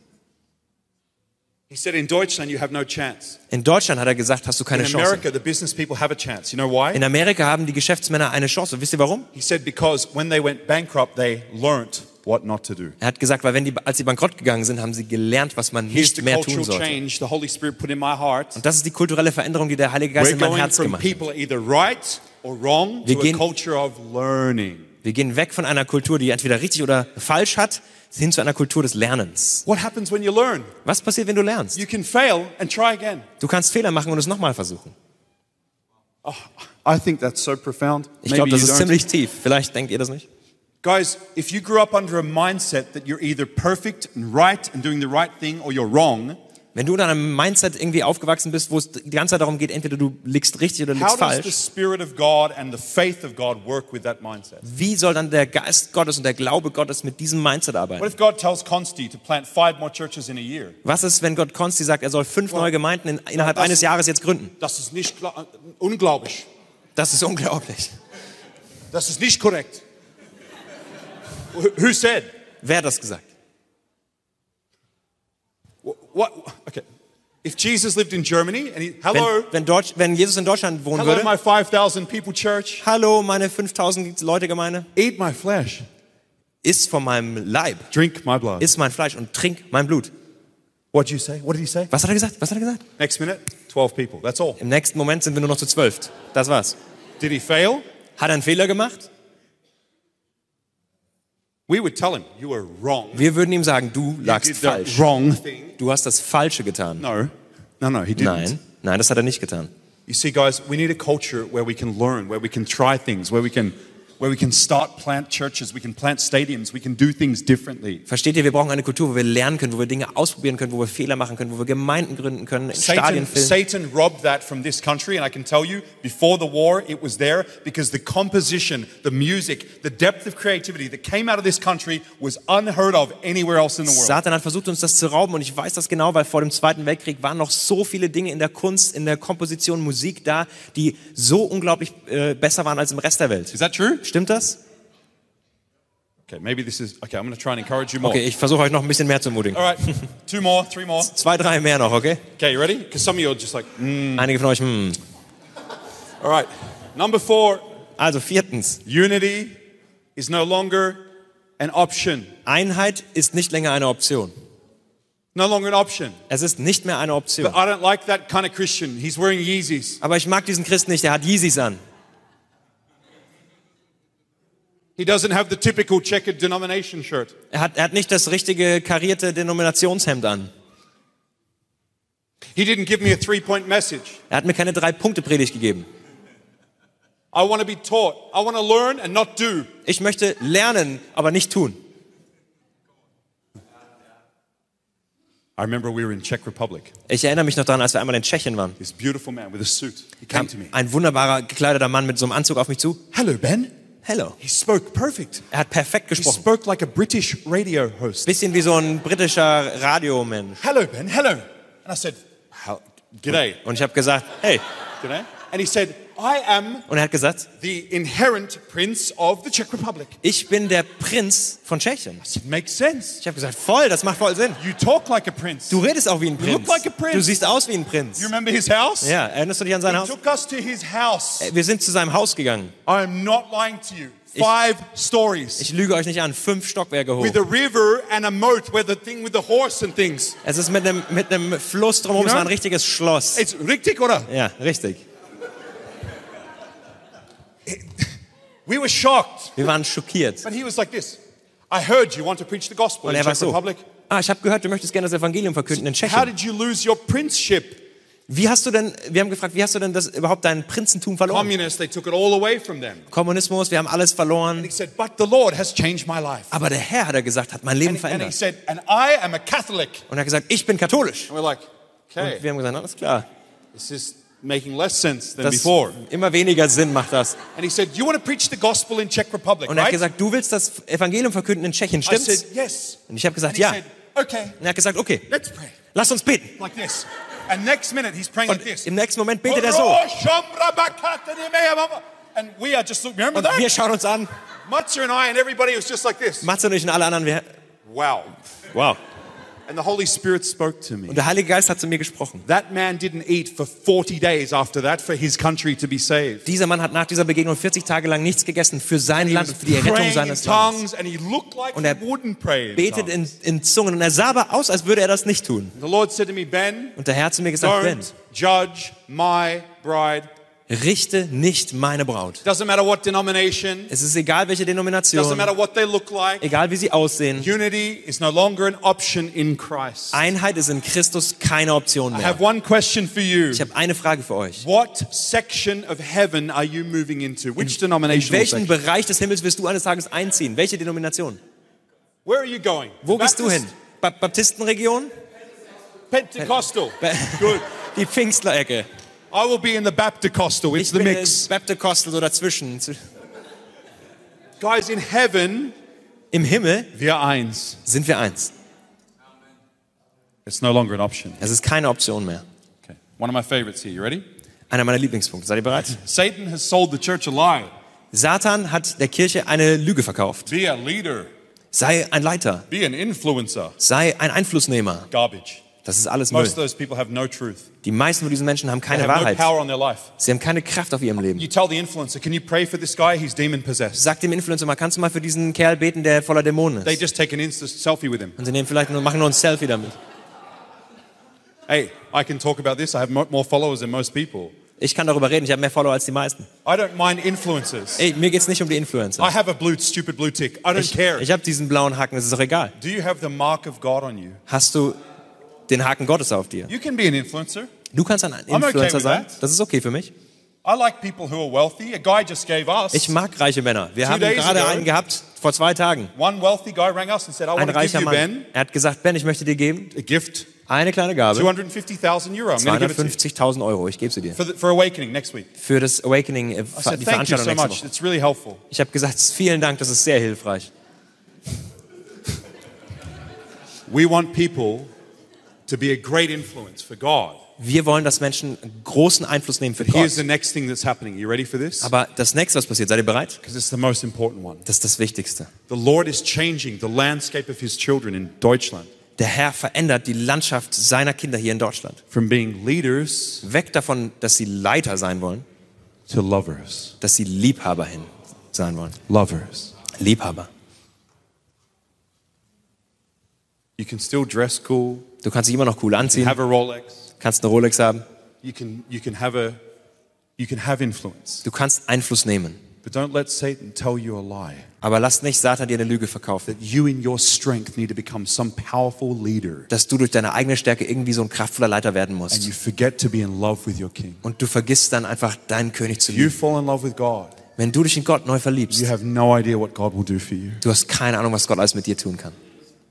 He said, in Deutschland, you have no chance. In Deutschland hat er gesagt, hast du keine In Chance. America, the business people have a chance. You know why? In Amerika haben die Geschäftsmänner eine Chance. Wisst ihr warum? He said, because when they went bankrupt, they learned what not to do. Er hat gesagt, weil als sie bankrott gegangen sind, haben sie gelernt, was man Here's nicht the mehr tun cultural sollte. change the Holy Spirit put in my heart. Und das ist die kulturelle Veränderung, die der Heilige Geist We're in mein going Herz from gemacht hat. people either right or wrong Wir to a gehen- culture of learning. Wir gehen weg von einer Kultur, die entweder richtig oder falsch hat, hin zu einer Kultur des Lernens. What happens when you learn? Was passiert, wenn du lernst? You can fail and try again. Du kannst Fehler machen und es nochmal versuchen. I think that's so profound. Ich glaube, das ist ziemlich tief. Vielleicht denkt ihr das nicht. Guys, if you grew up under a mindset that you're either perfect and right and doing the right thing or you're wrong, Wenn du in einem Mindset irgendwie aufgewachsen bist, wo es die ganze Zeit darum geht, entweder du liegst richtig oder how liegst does the falsch, Spirit of God and the faith of God work with that mindset? wie soll dann der Geist Gottes und der Glaube Gottes mit diesem Mindset What arbeiten? if God tells Consti to plant 5 more churches in a year? Was ist, wenn Gott Konsti sagt, er soll 5 neue Gemeinden innerhalb das- eines Jahres jetzt gründen? Das ist nicht unglaublich. Das ist unglaublich. Das ist nicht korrekt. Who said? Wer hat das gesagt? What? Okay. If Jesus lived in Germany and hello, Wenn Jesus in Deutschland wohnen hello würde, my 5,000 people church, hallo meine 5000 Leute Gemeinde, eat my flesh, iss von meinem Leib, drink my blood. iss mein Fleisch und trink mein Blut. What did you say? What did he say? Was hat er gesagt? Was hat er gesagt? Next minute, 12 people. That's all. Im nächsten Moment sind wir nur noch zu 12. Das war's. Did he fail? Hat er einen Fehler gemacht? We would tell him, you were wrong. Wir würden ihm sagen, du You lagst did the falsch. wrong thing. Du hast das Falsche getan. No, he didn't. Nein, das hat er nicht getan. You see, guys, we need a culture where we can learn, where we can try things, where we can plant churches, we can plant stadiums, we can do things differently. Versteht ihr, wir brauchen eine Kultur, wo wir lernen können, wo wir Dinge ausprobieren können, wo wir Fehler machen können, wo wir Gemeinden gründen können, Stadien filmen. Satan robbed that from this country, and I can tell you, before the war, it was there because the composition, the music, the depth of creativity that came out of this country was unheard of anywhere else in the world. Satan hat versucht, uns das zu rauben und ich weiß das genau, weil vor dem Zweiten Weltkrieg waren noch so viele Dinge in der Kunst, in der Komposition, Musik da, die so unglaublich besser waren als im Rest der Welt. Is that true? Stimmt das? Okay, maybe this is, okay, I'm going to try and encourage you more. Okay, ich versuche euch noch ein bisschen mehr zu ermutigen. All right, 2 more, 3 more. 2, 3 mehr noch, okay? Okay, you ready? Because some of you are just like, Einige von euch, All right, number 4, Also 4. unity is no longer an option. Einheit ist nicht länger eine Option. No longer an option. Es ist nicht mehr eine But Option. I don't like that kind of Christian. He's wearing Yeezys. Aber ich mag diesen Christen nicht, der hat Yeezys an. He doesn't have the typical checkered denomination shirt. Er hat nicht das richtige karierte Denominationshemd an. He didn't give me a 3-point message. Er hat mir keine 3-Punkte-Predigt gegeben. I want to be taught. I want to learn and not do. Ich möchte lernen, aber nicht tun. I remember we were in Czech Republic. Ich erinnere mich noch daran, als wir einmal in Tschechien waren. This beautiful man with a suit. He came Kam to me. ein wunderbarer gekleideter Mann mit so einem Anzug auf mich zu. Hello, Ben. Hello. He spoke perfect. Er hat perfekt He gesprochen. spoke like a British radio host. Bisschen wie so ein britischer Radiomensch. Hello, Ben. Hello. And I said, G'day. Und ich habe gesagt, hey. G'day. And he said, I am Und er hat gesagt, the inherent prince of the Czech Republic. ich bin der Prinz von Tschechien. I said, makes sense. Ich habe gesagt, voll, das macht voll Sinn. You talk like a prince. Du redest auch wie ein You look Prinz. like a prince. Du siehst aus wie ein Prinz. You remember his house? Ja, erinnerst du dich an sein He Haus? took us to his house. Wir sind zu seinem Haus gegangen. I am not lying to you. 5 stories. Ich lüge euch nicht an, 5 Stockwerke hoch. With a river and a moat where the thing with the horse and things. Es ist mit einem Fluss drumherum, es war ein richtiges Schloss. It's richtig, oder? Ja, richtig. We were shocked. Wir waren schockiert. But he was like this. I heard you want to preach the gospel Und in er war Czech so, Republic. ich habe gehört, du möchtest gerne das Evangelium verkünden in How Tschechien. did you lose your princeship? Wir haben gefragt, wie hast du denn das überhaupt dein Prinzentum verloren? Communists, they took it all away from them. Kommunismus, wir haben alles verloren. He said, but the Lord has changed my life. Aber der Herr, hat er gesagt, hat mein Leben And he verändert. said, and I am a Catholic. Und er hat gesagt, ich bin katholisch. And we're like, Und okay, wir haben gesagt, alles klar. this is making less sense than Das before. immer weniger Sinn macht das. And he said, you want to preach the gospel in Czech Republic, Und er hat right? gesagt, du willst das Evangelium verkünden in Tschechien, I stimmt's? said, yes. Und ich habe And gesagt, he ja. said, okay, Und er hat gesagt, okay, let's pray. lass uns beten. Like this. And next minute, he's praying like Und this. im nächsten Moment betet er so. And we are just looking, remember Und wir that? schauen uns an, Matze and I and everybody was just like this. Matze und ich und alle anderen, Wow. wow. And the Holy Spirit spoke to me. Und der Heilige Geist hat zu mir gesprochen. That man didn't eat for 40 days after that for his country to be saved. Dieser Mann hat nach dieser Begegnung 40 Tage lang nichts gegessen für sein He Land was und für die Rettung praying in seines Landes. tongues and he looked like Und he er wouldn't pray in Betet tongues. in Zungen und er sah aber aus, als würde er das nicht tun. The Lord said to me, Ben, Und der Herr hat zu mir gesagt, Ben, don't judge my bride. richte nicht meine Braut. Doesn't matter what denomination, Es ist egal, welche doesn't Denomination, matter what they look like. egal wie sie aussehen. Unity is no longer an option in Christ. Einheit ist in Christus keine Option I mehr. have one question for you. Ich habe eine Frage für euch. What section of heaven are you moving into? Which In denominational welchen section? Bereich des Himmels wirst du eines Tages einziehen? Welche Denomination? Where are you going? Wo gehst du Baptist? hin? Baptistenregion? Pentecostal. Good. Die Pfingstlerecke. I will be in the Baptist-costal. It's Ich the bin mix. Baptist so dazwischen. Guys, in heaven, Im Himmel wir eins. sind wir eins. It's no longer an option. Es ist keine Option mehr. Okay. One of my favorites here. You ready? Einer meiner Lieblingspunkte. Seid ihr bereit? Satan has sold the church a lie. Satan hat der Kirche eine Lüge verkauft. Be a leader. Sei ein Leiter. Be an influencer. Sei ein Einflussnehmer. Garbage. Das ist alles Müll. Most of those people have no truth. Die meisten von diesen Menschen haben They keine have no Wahrheit. power on their life. Sie haben keine Kraft auf ihrem Leben. You tell the influencer, can you pray for this guy? He's demon possessed. Sag dem Influencer mal, kannst du mal für diesen Kerl beten, der voller Dämonen They ist? just take an instant selfie with him. Und sie nehmen vielleicht nur, machen nur ein Selfie damit. Hey, I can talk about this. I have more followers than most people. Ich kann darüber reden, ich habe mehr Follower als die meisten. I don't mind influencers. Ey, mir geht's nicht um die Influencer. I have a stupid blue tick. I don't care. Ich habe diesen blauen Haken, das ist doch egal. Do you have the mark of God on you? Hast du den Haken Gottes auf dir? You can be an influencer. Du kannst ein okay Influencer with sein, that. das ist okay für mich. I like people who are wealthy. A guy just gave us. Ich mag reiche Männer. Wir 2 haben days gerade ago. einen gehabt, vor 2 Tagen. One wealthy guy rang us and said, I want Ein to give reicher you, Mann. Ben, Er hat gesagt, Ben, ich möchte dir geben a gift, eine kleine Gabe, 250,000 euro. I'm going to give it to you 250.000 Euro. Ich gebe sie dir. for Awakening next week. Für das Awakening, I die said, thank you Veranstaltung so nächste much. Woche. It's really helpful. Ich habe gesagt, vielen Dank, das ist sehr hilfreich. We want people to be a great influence for God. Wir wollen, dass Menschen großen Einfluss nehmen für Here's the Gott. next thing that's happening. You ready for this? Aber das nächste, was passiert, seid ihr bereit? Because it's the most important one. Das ist das Wichtigste. The Lord is changing the landscape of His children in Deutschland Der Herr verändert die Landschaft seiner Kinder hier in Deutschland. from being leaders Weg davon, dass sie Leiter sein wollen, to lovers. dass sie Liebhaber hin sein wollen. Lovers. Liebhaber. You can still dress cool, Du kannst dich immer noch cool anziehen, have a Rolex. kannst eine Rolex haben, You can have influence. du kannst Einfluss nehmen. But But don't let Satan tell you a lie. Aber lass nicht Satan dir eine Lüge verkaufen, That you in your strength need to become some powerful leader. dass du durch deine eigene Stärke irgendwie so ein kraftvoller Leiter werden And musst. you forget to be in love with your king. Und du vergisst dann einfach, deinen König zu You lieben. fall in love with God. Wenn du dich in Gott neu verliebst, You have no idea what God will do for you. du hast keine Ahnung, was Gott alles mit dir tun kann.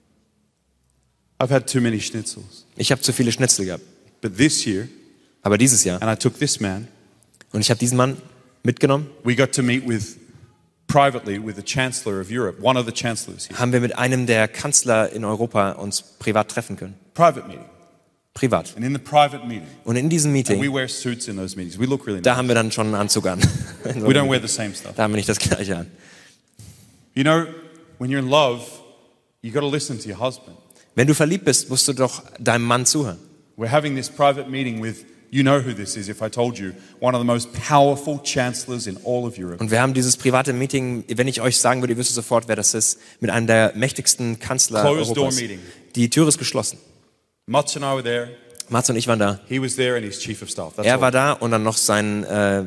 I've had too many schnitzels. Ich habe zu viele Schnitzel gehabt. But this year, Aber dieses Jahr, and I took this man, und ich habe diesen Mann mitgenommen, we got to meet privately with the Chancellor of Europe, one of the chancellors here. haben wir mit einem der Kanzler in Europa uns privat treffen können. Private meeting. Privat. And in the private meeting, Und in diesem and we Meeting, wear suits in those meetings. We look really da nice. haben wir dann schon einen Anzug an. We don't wear the same stuff. Da haben wir nicht das Gleiche an. You know, when you're in love, you got to listen to your husband. Wenn du verliebt bist, musst du doch deinem Mann zuhören. We're having this private meeting with, you know who this is if I told you, one of the most powerful chancellors in all of Europe. Und wir haben dieses private Meeting, wenn ich euch sagen würde, ihr wüsstet sofort, wer das ist, mit einem der mächtigsten Kanzler Closed door Europas. meeting. Die Tür ist geschlossen. Mats and I were there. Mats und ich waren da. He was there and he's chief of staff. That's Er all. war da und dann noch sein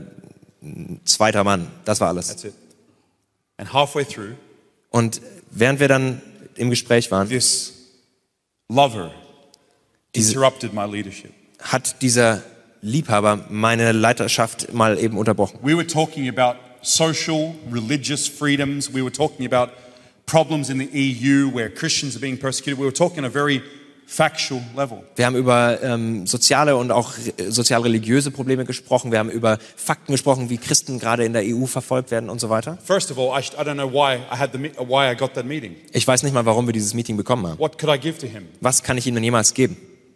zweiter Mann. Das war alles. That's it. And halfway through, Und während wir dann im Gespräch waren, this lover interrupted my leadership. hat dieser Liebhaber meine Leiterschaft mal eben unterbrochen. We were talking about social, religious freedoms. We were talking about problems in the EU where Christians are being persecuted. We were talking on a very factual level. Wir haben über soziale und auch sozial-religiöse Probleme gesprochen. Wir haben über Fakten gesprochen, wie Christen gerade in der EU verfolgt werden und so weiter. First of all, I don't know why I got that meeting. Ich weiß nicht mal, warum wir dieses Meeting bekommen haben. What could I give to him? Was kann ich ihm denn jemals geben?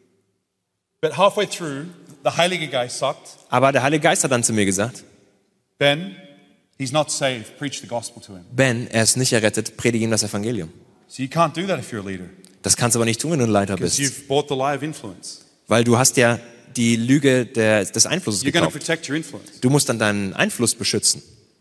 But halfway through, the Heilige Geist sagt, Aber der Heilige Geist hat dann zu mir gesagt, Ben, he's not saved. Preach the gospel to him. Ben, er ist nicht errettet, predige ihm das Evangelium. So you can't do that if you're a leader. Das kannst du aber nicht tun, wenn du ein Leiter Because bist. you've bought the lie of influence. Weil du hast ja die Lüge des Einflusses You're going to gekauft. protect your influence. Du musst dann deinen Einfluss beschützen.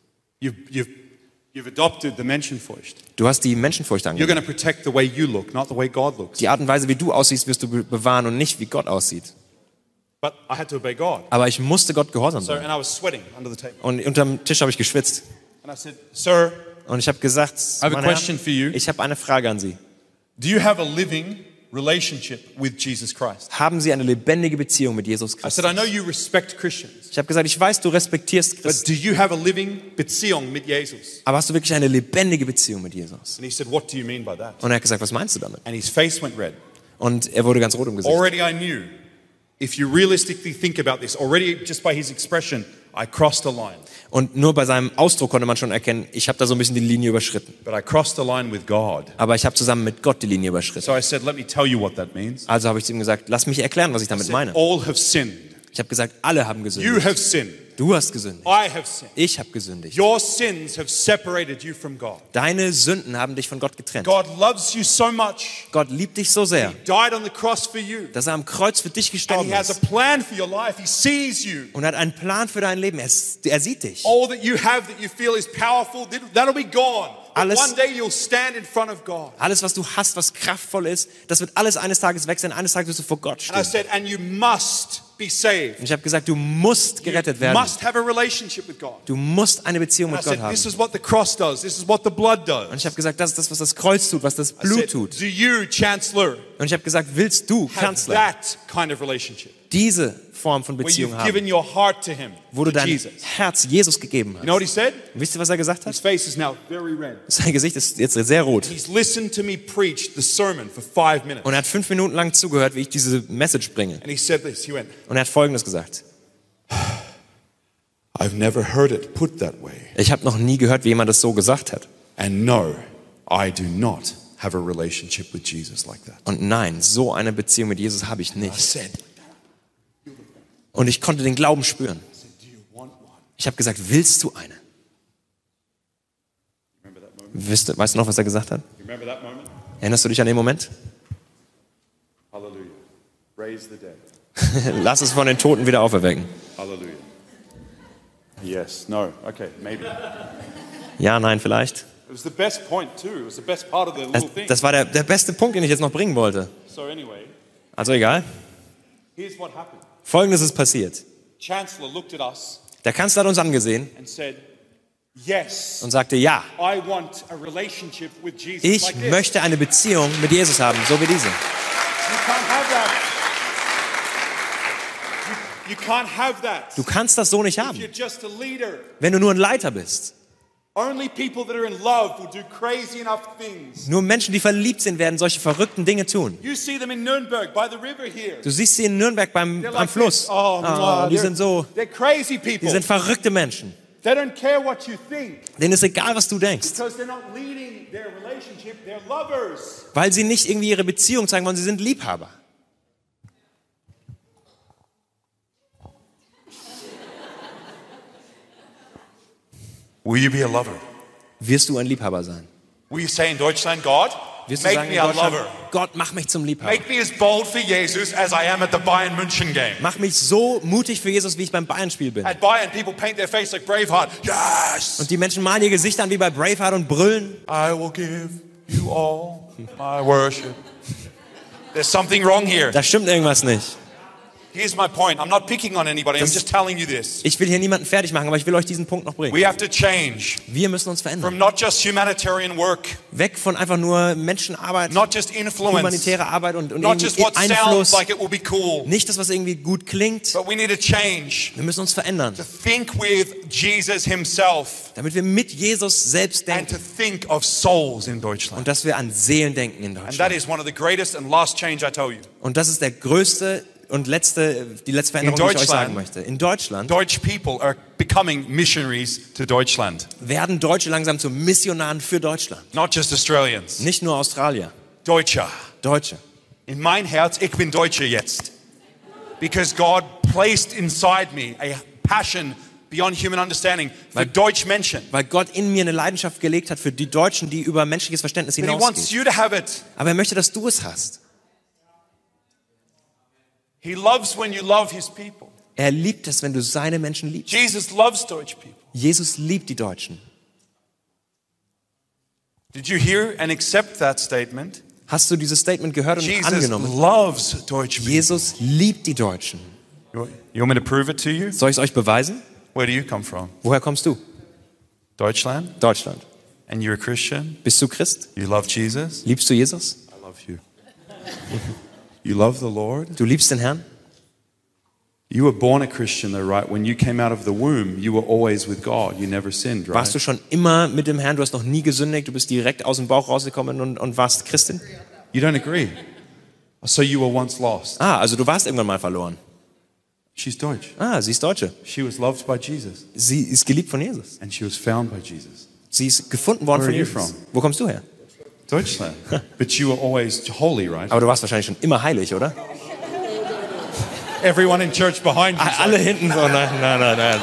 You've adopted the Menschenfurcht. Du hast die Menschenfurcht You're angenommen. going to protect the way you look, not the way God looks. Die Art und Weise, wie du aussiehst, wirst du bewahren und nicht, wie Gott aussieht. But I had to obey God. Aber ich musste Gott gehorsam So, sein. and I was sweating under the table. Und unterm Tisch habe ich geschwitzt. And I said, Sir, Und ich habe gesagt, I have a mein Herr, question for you. ich habe eine Frage an Sie. Do you have a living relationship with Jesus Christ? Haben Sie eine lebendige Beziehung mit Jesus I Christus? said, I know you respect Christians, Ich habe gesagt, ich weiß, du respektierst but Christen, do you have a living Beziehung mit Jesus? aber hast du wirklich eine lebendige Beziehung mit Jesus? And he said, what do you mean by that? Und er hat gesagt, was meinst du damit? And his face went red. Und er wurde ganz rot im Gesicht. Already I knew, if you realistically think about this, already just by his expression, I crossed a line. Und nur bei seinem Ausdruck konnte man schon erkennen, ich habe da so ein bisschen die Linie überschritten. But I crossed a line with God. Aber ich habe zusammen mit Gott die Linie überschritten. So I said, let me tell you what that means. Also habe ich zu ihm gesagt, lass mich erklären, was ich I damit said, meine. all have sinned. Ich habe gesagt, alle haben You gesündigt. have sinned. Du hast gesündigt. I have sinned. Ich habe gesündigt. Your sins have separated you from God. Deine Sünden haben dich von Gott getrennt. God loves you so much. Gott liebt dich so sehr, He died on the cross for you. dass er am Kreuz für dich And gestorben he has a ist. plan for your life. He sees you. Und er hat einen Plan für dein Leben. Er sieht dich. All that you have that you feel is powerful, that'll be gone. But Alles- one day you'll stand in front of God. Alles, was du hast, was kraftvoll ist, das wird alles eines Tages weg sein. Eines Tages wirst du vor Gott And I stehen. said, and you must be saved. Und ich habe gesagt, du musst gerettet You werden. must have a relationship with God. Du musst eine Beziehung And I mit Gott said, haben. this is what the cross does. This is what the blood does. Und ich habe gesagt, das ist das, was das Kreuz tut, was das I Blut said, tut. do you, Chancellor, Und ich habe gesagt, willst du, have Kanzler, that kind of relationship? diese Form von Where Beziehung you've haben, given your heart to him, wo du to dein Jesus. Herz Jesus gegeben You hast? know what he said? Und wisst ihr, was er gesagt His hat? face is now very red. Sein Gesicht ist jetzt sehr rot. He's listened to me preach the sermon for 5 minutes. Und er hat 5 Minuten lang zugehört, wie ich diese Message bringe. And he said this, he went, Und er hat Folgendes gesagt. I've never heard it put that way. Ich habe noch nie gehört, wie jemand das so gesagt hat. And no, I do not have a relationship with Jesus like that. Und nein, so eine Beziehung mit Jesus habe ich I nicht. said, Und ich konnte den Glauben spüren. do you want one? Ich habe gesagt, willst du eine? Weißt du noch, was er gesagt hat? You remember that moment? Erinnerst du dich an den Moment? Hallelujah. Raise the dead. Lass es von den Toten wieder auferwecken. Hallelujah. Yes, no, okay, maybe. Ja, nein, vielleicht. It was the best point too. It was the best part of the little thing. Das war der beste Punkt, den ich jetzt noch bringen wollte. So anyway, Also egal. here's what happened. Folgendes ist passiert. Chancellor looked at us Der Kanzler hat uns angesehen and said, Yes, und sagte, ja, I want a relationship with Jesus ich like this. möchte eine Beziehung mit Jesus haben, so wie diese. You can't have that. You can't have that. Du kannst das so nicht If haben, you're just a leader, wenn du nur ein Leiter bist. only people that are in love will do crazy enough things. Nur Menschen, die verliebt sind, werden solche verrückten Dinge tun. You see them in Nuremberg by the river here. Du siehst sie in Nürnberg They're am like Fluss. this. Oh, Die sind so, they're crazy die people. sind verrückte Menschen. They don't care what you think Denen ist egal, was du denkst, because they're not leading their relationship. They're lovers. weil sie nicht irgendwie ihre Beziehung zeigen wollen, sie sind Liebhaber. Will you be a lover? Wirst du ein Liebhaber sein? Will you say in Deutschland, God, Wirst du make sagen, me in a Deutschland, lover? Gott, mach mich zum Liebhaber. Make me as bold for Jesus as I am at the Bayern München game. Mach mich so mutig für Jesus, wie ich beim Bayern-Spiel bin. At Bayern, people paint their face like Braveheart. Yes! Und die Menschen malen ihr Gesicht an wie bei Braveheart und brüllen. I will give you all my worship. There's something wrong here. Da stimmt irgendwas nicht. Here's my point. I'm not picking on anybody. I'm just telling you this. Ich will hier niemanden fertig machen, aber ich will euch diesen Punkt noch bringen. We have to change Wir müssen uns verändern. from not just humanitarian work, Weg von einfach nur Menschenarbeit, not just influence, humanitäre Arbeit und not just irgendwie what sounds Einfluss. like it will be cool, Nicht das, was irgendwie gut klingt. but we need to change Wir müssen uns verändern, to think with Jesus himself damit wir mit Jesus selbst and to denken think of souls in Deutschland. und dass wir an Seelen denken in And that Deutschland. is one of the greatest and last change I tell you. Und das ist der größte und die letzte Veränderung, die ich euch sagen möchte. In Deutschland Deutsch people are becoming missionaries to Deutschland, werden Deutsche langsam zu Missionaren für Deutschland. not just Australians. Nicht nur Australier, Deutscher. Deutsche. In mein Herz, ich bin Deutscher jetzt. Because God placed inside me a passion beyond human understanding for Deutsch Menschen. Weil Gott in mir eine Leidenschaft gelegt hat für die Deutschen, die über menschliches Verständnis But He wants hinausgeht. you to have it. Aber er möchte, dass du es hast. He loves when you love His people. Er liebt es, wenn du seine Menschen liebst. Jesus loves Deutsch people. Jesus liebt die Deutschen. Did you hear and accept that statement? Hast du dieses Statement gehört und Jesus angenommen? loves Deutsch people. Jesus liebt die Deutschen. You want me to prove it to you? Soll ich es euch beweisen? Where do you come from? Woher kommst du? Deutschland? Deutschland. And you're a Christian? Bist du Christ? You love Jesus? Liebst du Jesus? I love you. You love the Lord? Du liebst den Herrn? You were born a Christian though, right? When you came out of the womb, you were always with God. You never sinned, right? Warst du schon immer mit dem Herrn? Du hast noch nie gesündigt. Du bist direkt aus dem Bauch rausgekommen und warst Christin? You don't agree? So you were once lost. Ah, also du warst irgendwann mal verloren. She's Deutsch. Ah, sie ist Deutsche. She was loved by Jesus. Sie ist geliebt von Jesus. And she was found by Jesus. Sie ist gefunden worden Where von are you Jesus. from? Wo kommst du her? Deutschland. But you were always holy, right? Aber du warst wahrscheinlich schon immer heilig, oder? Everyone in church behind you. Alle hinten so, nein.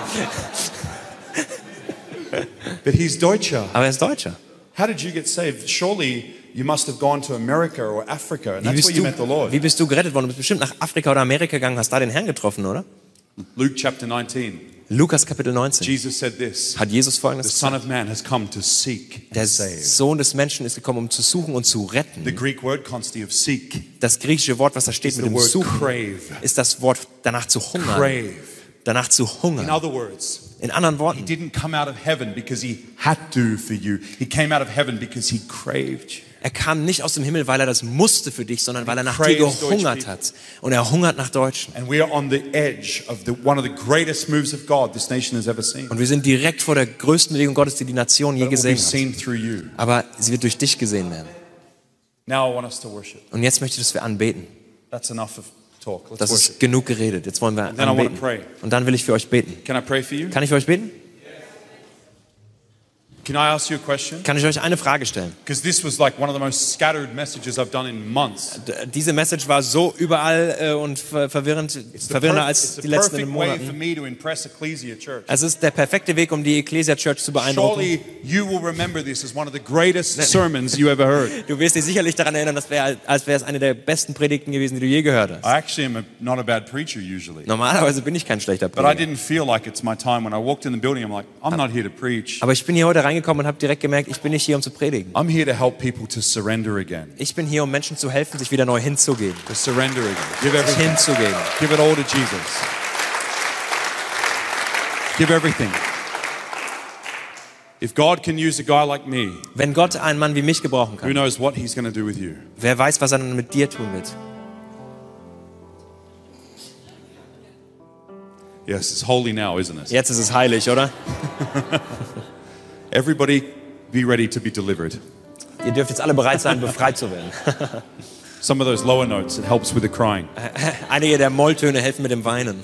But he's Deutscher. Aber er ist Deutscher. How did you get saved? Surely you must have gone to America or Africa, and that's where you met the Lord. Wie bist du gerettet worden? Du bist bestimmt nach Afrika oder Amerika gegangen, hast da den Herrn getroffen, oder? Luke chapter 19. Lukas Kapitel 19. Jesus said this. Hat Jesus The Folgendes Son gesagt. of Man has come to seek Der and save. Sohn des Menschen ist gekommen, um zu suchen und zu The retten. Greek word constantly of seek Das griechische Wort, was da steht is mit the dem word Suchen, crave. ist das Wort danach zu hungern. Crave. Danach zu In hungern. other words, In anderen he Worten, didn't come out of heaven because he had to for you. He came out of heaven because he craved you. er kam nicht aus dem Himmel, weil er das musste für dich, sondern weil er nach dir Praise gehungert Deutsch hat. Und er hungert nach Deutschen. And we are on the edge of one of the greatest moves of God this nation has ever seen. Und wir sind direkt vor der größten Bewegung Gottes, die die Nation je But it will be gesehen hat. seen through you. Aber sie wird durch dich gesehen werden. Now I want us to worship. Und jetzt möchte ich, dass wir anbeten. That's enough of talk. Let's Das worship. ist genug geredet. Jetzt wollen wir then I wanna anbeten. pray. Und dann will ich für euch beten. Can I pray for you? Kann ich für euch beten? Can I ask you a question? Kann ich euch eine Frage stellen? Because this was like one of the most scattered messages I've done in months. Diese Message war so überall und verwirrender als die letzten perfect way for Monaten. me to impress Ecclesia Church. Es ist der perfekte Weg, um die Ecclesia Church zu beeindrucken. Surely you will remember this as one of the greatest sermons you ever heard. Du wirst dich sicherlich daran erinnern, als wäre es eine der besten Predigten gewesen, die du je gehört hast. I actually am not a bad preacher usually. Normalerweise bin ich kein schlechter But I Prediger. didn't feel like it's my time. When I walked in the building, I'm like, I'm not here to preach. Aber ich bin hier heute reingekommen und habe direkt gemerkt, ich bin nicht hier, um zu predigen. I'm here to help people to surrender again. Ich bin hier, um Menschen zu helfen, sich wieder neu hinzugeben. To surrender again. Give Sich everything. hinzugeben. Give it all to Jesus. Give everything. If God can use a guy like me, Wenn Gott einen Mann wie mich gebrauchen who kann, knows what he's going to do with you? wer weiß, was er dann mit dir tun wird. Yes, it's holy now, isn't it? Jetzt ist es heilig, oder? Everybody be ready to be delivered. Ihr dürft jetzt alle bereit sein, befreit zu werden. Some of those lower notes, it helps with the crying. Einige der Molltöne helfen mit dem Weinen.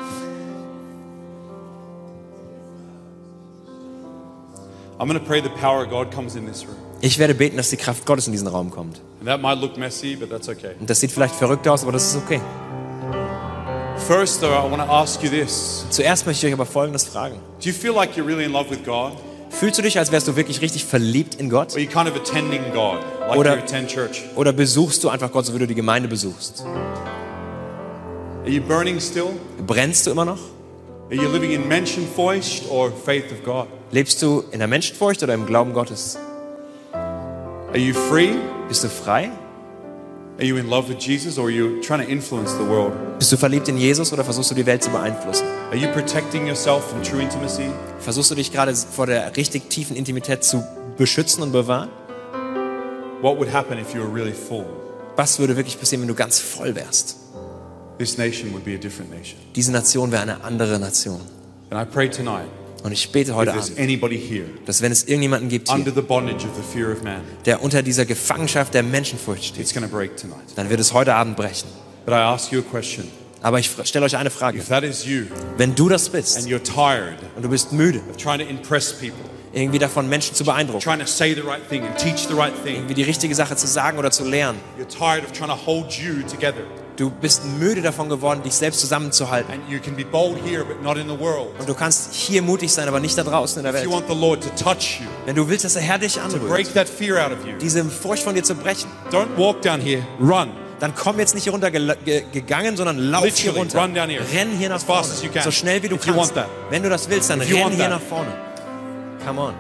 I'm going to pray the power of God comes in this room. Ich werde beten, dass die Kraft Gottes in diesen Raum kommt. And that might look messy, but that's okay. Und das sieht vielleicht verrückt aus, aber das ist okay. First, though, I want to ask you this. Zuerst möchte ich euch aber Folgendes fragen. Do you feel like you're really in love with God? Fühlst du dich, als wärst du wirklich richtig verliebt in Gott? Or are you kind of attending God, like Oder- you attend church? Oder besuchst du einfach Gott, so wie du die Gemeinde besuchst? Are you burning still? Brennst du immer noch? Are you living in Menschenfurcht or faith of God? Lebst du in der Menschenfurcht oder im Glauben Gottes? Are you free? Bist du frei? Are you in love with Jesus, or are you trying to influence the world? Bist du verliebt in Jesus oder versuchst du die Welt zu beeinflussen? Are you protecting yourself from true intimacy? Versuchst du dich gerade vor der richtig tiefen Intimität zu beschützen und bewahren? What would happen if you were really full? Was würde wirklich passieren, wenn du ganz voll wärst? This nation would be a different nation. Diese Nation wäre eine andere Nation. And I pray tonight, Und ich bete if heute there's Abend, anybody here dass wenn es irgendjemanden gibt under hier, the bondage of the fear of man, der unter dieser Gefangenschaft der Menschenfurcht steht, it's going to break tonight. dann wird es heute Abend brechen. But I ask you a question. Aber ich stelle euch eine Frage. If that is you, Wenn du das bist and you're tired und du bist müde, of trying to impress people, irgendwie davon Menschen zu beeindrucken, trying to say the right thing and teach the right thing, irgendwie die richtige Sache zu sagen oder zu lernen, you're tired of trying to hold you together, du bist müde davon geworden, dich selbst zusammenzuhalten. and you can be bold here but not in the world. Und du kannst hier mutig sein, aber nicht da draußen in der If you Welt. want the Lord to touch you, Wenn du willst, dass der Herr dich to anrührt, break that fear out of you, diese Furcht von dir zu brechen, don't walk down here, run. dann komm jetzt nicht hier runter gegangen, sondern lauf hier Literally, runter. run down here. Renn hier nach As fast vorne. as you can. So schnell wie du If you kannst. want that. Wenn du das willst, dann If you renn want hier that. nach vorne. Come on.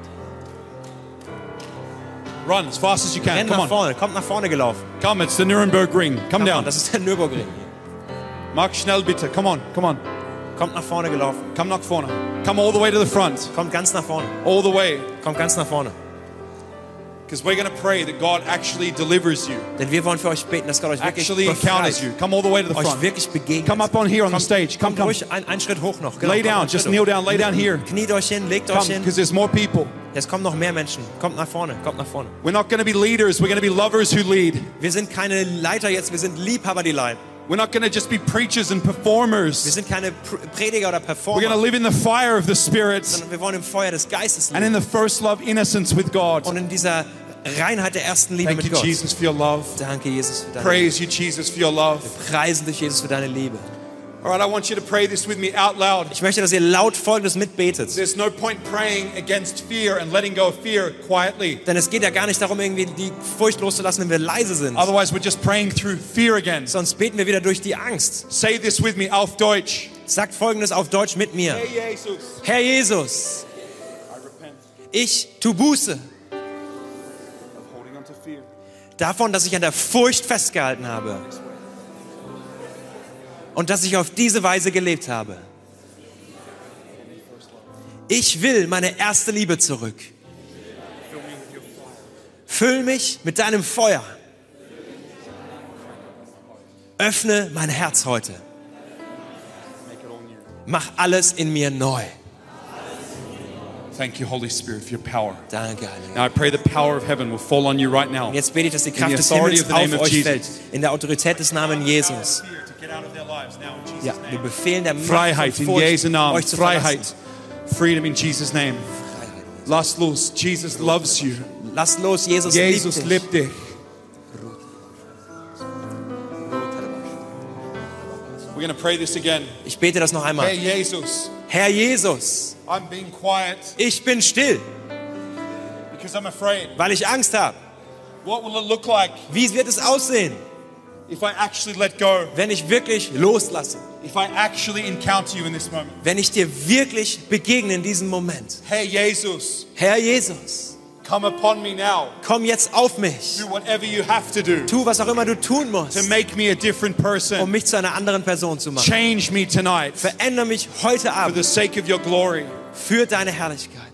Run as fast as you can. Renn Come nach on. vorne. Kommt nach vorne gelaufen. Come, it's the Nuremberg Ring. Come Come on, down. das ist der Nürburgring. Mark schnell bitte. Come on, come on. Kommt nach vorne gelaufen. Come nach vorne. Come all the way to the front. Kommt ganz nach vorne. All the way. Kommt ganz nach vorne. Because we're going to pray that God actually delivers you. Denn wir wollen für euch beten, dass Gott euch wirklich Actually encounters befreit, you. Come all the way to the euch front. wirklich begegnet. Come up on here on the stage. Come, Kommt come. ruhig einen Schritt hoch noch. Genau, Lay kommt down. einen Just Schritt kneel hoch. down. Lay down here. Kniet euch hin, legt Come, euch hin. because there's more people. Es kommen noch mehr Menschen. Kommt nach vorne, kommt nach vorne. We're not going to be leaders. We're going to be lovers who lead. Wir sind keine Leiter jetzt, wir sind Liebhaber, die leiten. We're not going to just be preachers and Wir performers. sind keine Prediger oder We're going to Performer, live in the fire of the Spirit sondern wir wollen im Feuer des Geistes and in leben the first love innocence with God. und in dieser Reinheit der ersten Liebe Thank mit you, Gott. Jesus, for your love. Danke, Jesus, für deine Praise you, Jesus, for your love. Liebe. Preisen dich, Jesus, für deine Liebe. All right, I want you to pray this with me out loud. Ich möchte, dass ihr laut Folgendes mitbetet. There's no point praying against fear and letting go of fear quietly. Denn es geht ja gar nicht darum, irgendwie die Furcht loszulassen, wenn wir leise sind. Otherwise, we're just praying through fear again. Sonst beten wir wieder durch die Angst. Say this with me auf Deutsch. Sagt Folgendes auf Deutsch mit mir. Hey, Jesus. Herr Jesus, I repent ich tu Buße of holding on to fear. davon, dass ich an der Furcht festgehalten habe. Und dass ich auf diese Weise gelebt habe. Ich will meine erste Liebe zurück. Füll mich mit deinem Feuer. Öffne mein Herz heute. Mach alles in mir neu. Thank you, Holy Spirit, for your power. Danke, Heiliger. Now I pray the power of heaven will fall on you right now. Und jetzt bete ich, dass die In Kraft the des authority Himmels of the name auf of euch Jesus. fällt. In der Autorität des Namens Jesus. Fear to get out of their lives now in Jesus' Ja, name. wir befehlen der Macht Freiheit von in Furcht, Jesu Namen. euch zu verlassen. Freiheit. Freedom in Jesus' name. Lass los. Jesus loves you. Lass los, Jesus, Jesus liebt dich. liebt dich. We're going to pray this again. Ich bete das noch Hey, einmal. Jesus, Herr Jesus, I'm being quiet ich bin still, because I'm afraid. weil ich Angst habe. What will it look like Wie wird es aussehen, if I actually let go? wenn ich wirklich loslasse? If I actually encounter you in this moment? Wenn ich dir wirklich begegne in diesem Moment? Hey, Jesus, Herr Jesus, come upon me now. komm jetzt auf mich. Do whatever you have to do Tu, was auch immer du tun to musst, make me a different um person. mich zu einer anderen Person zu machen. Change me tonight Verändere mich heute for Abend the sake of your glory. für deine Herrlichkeit.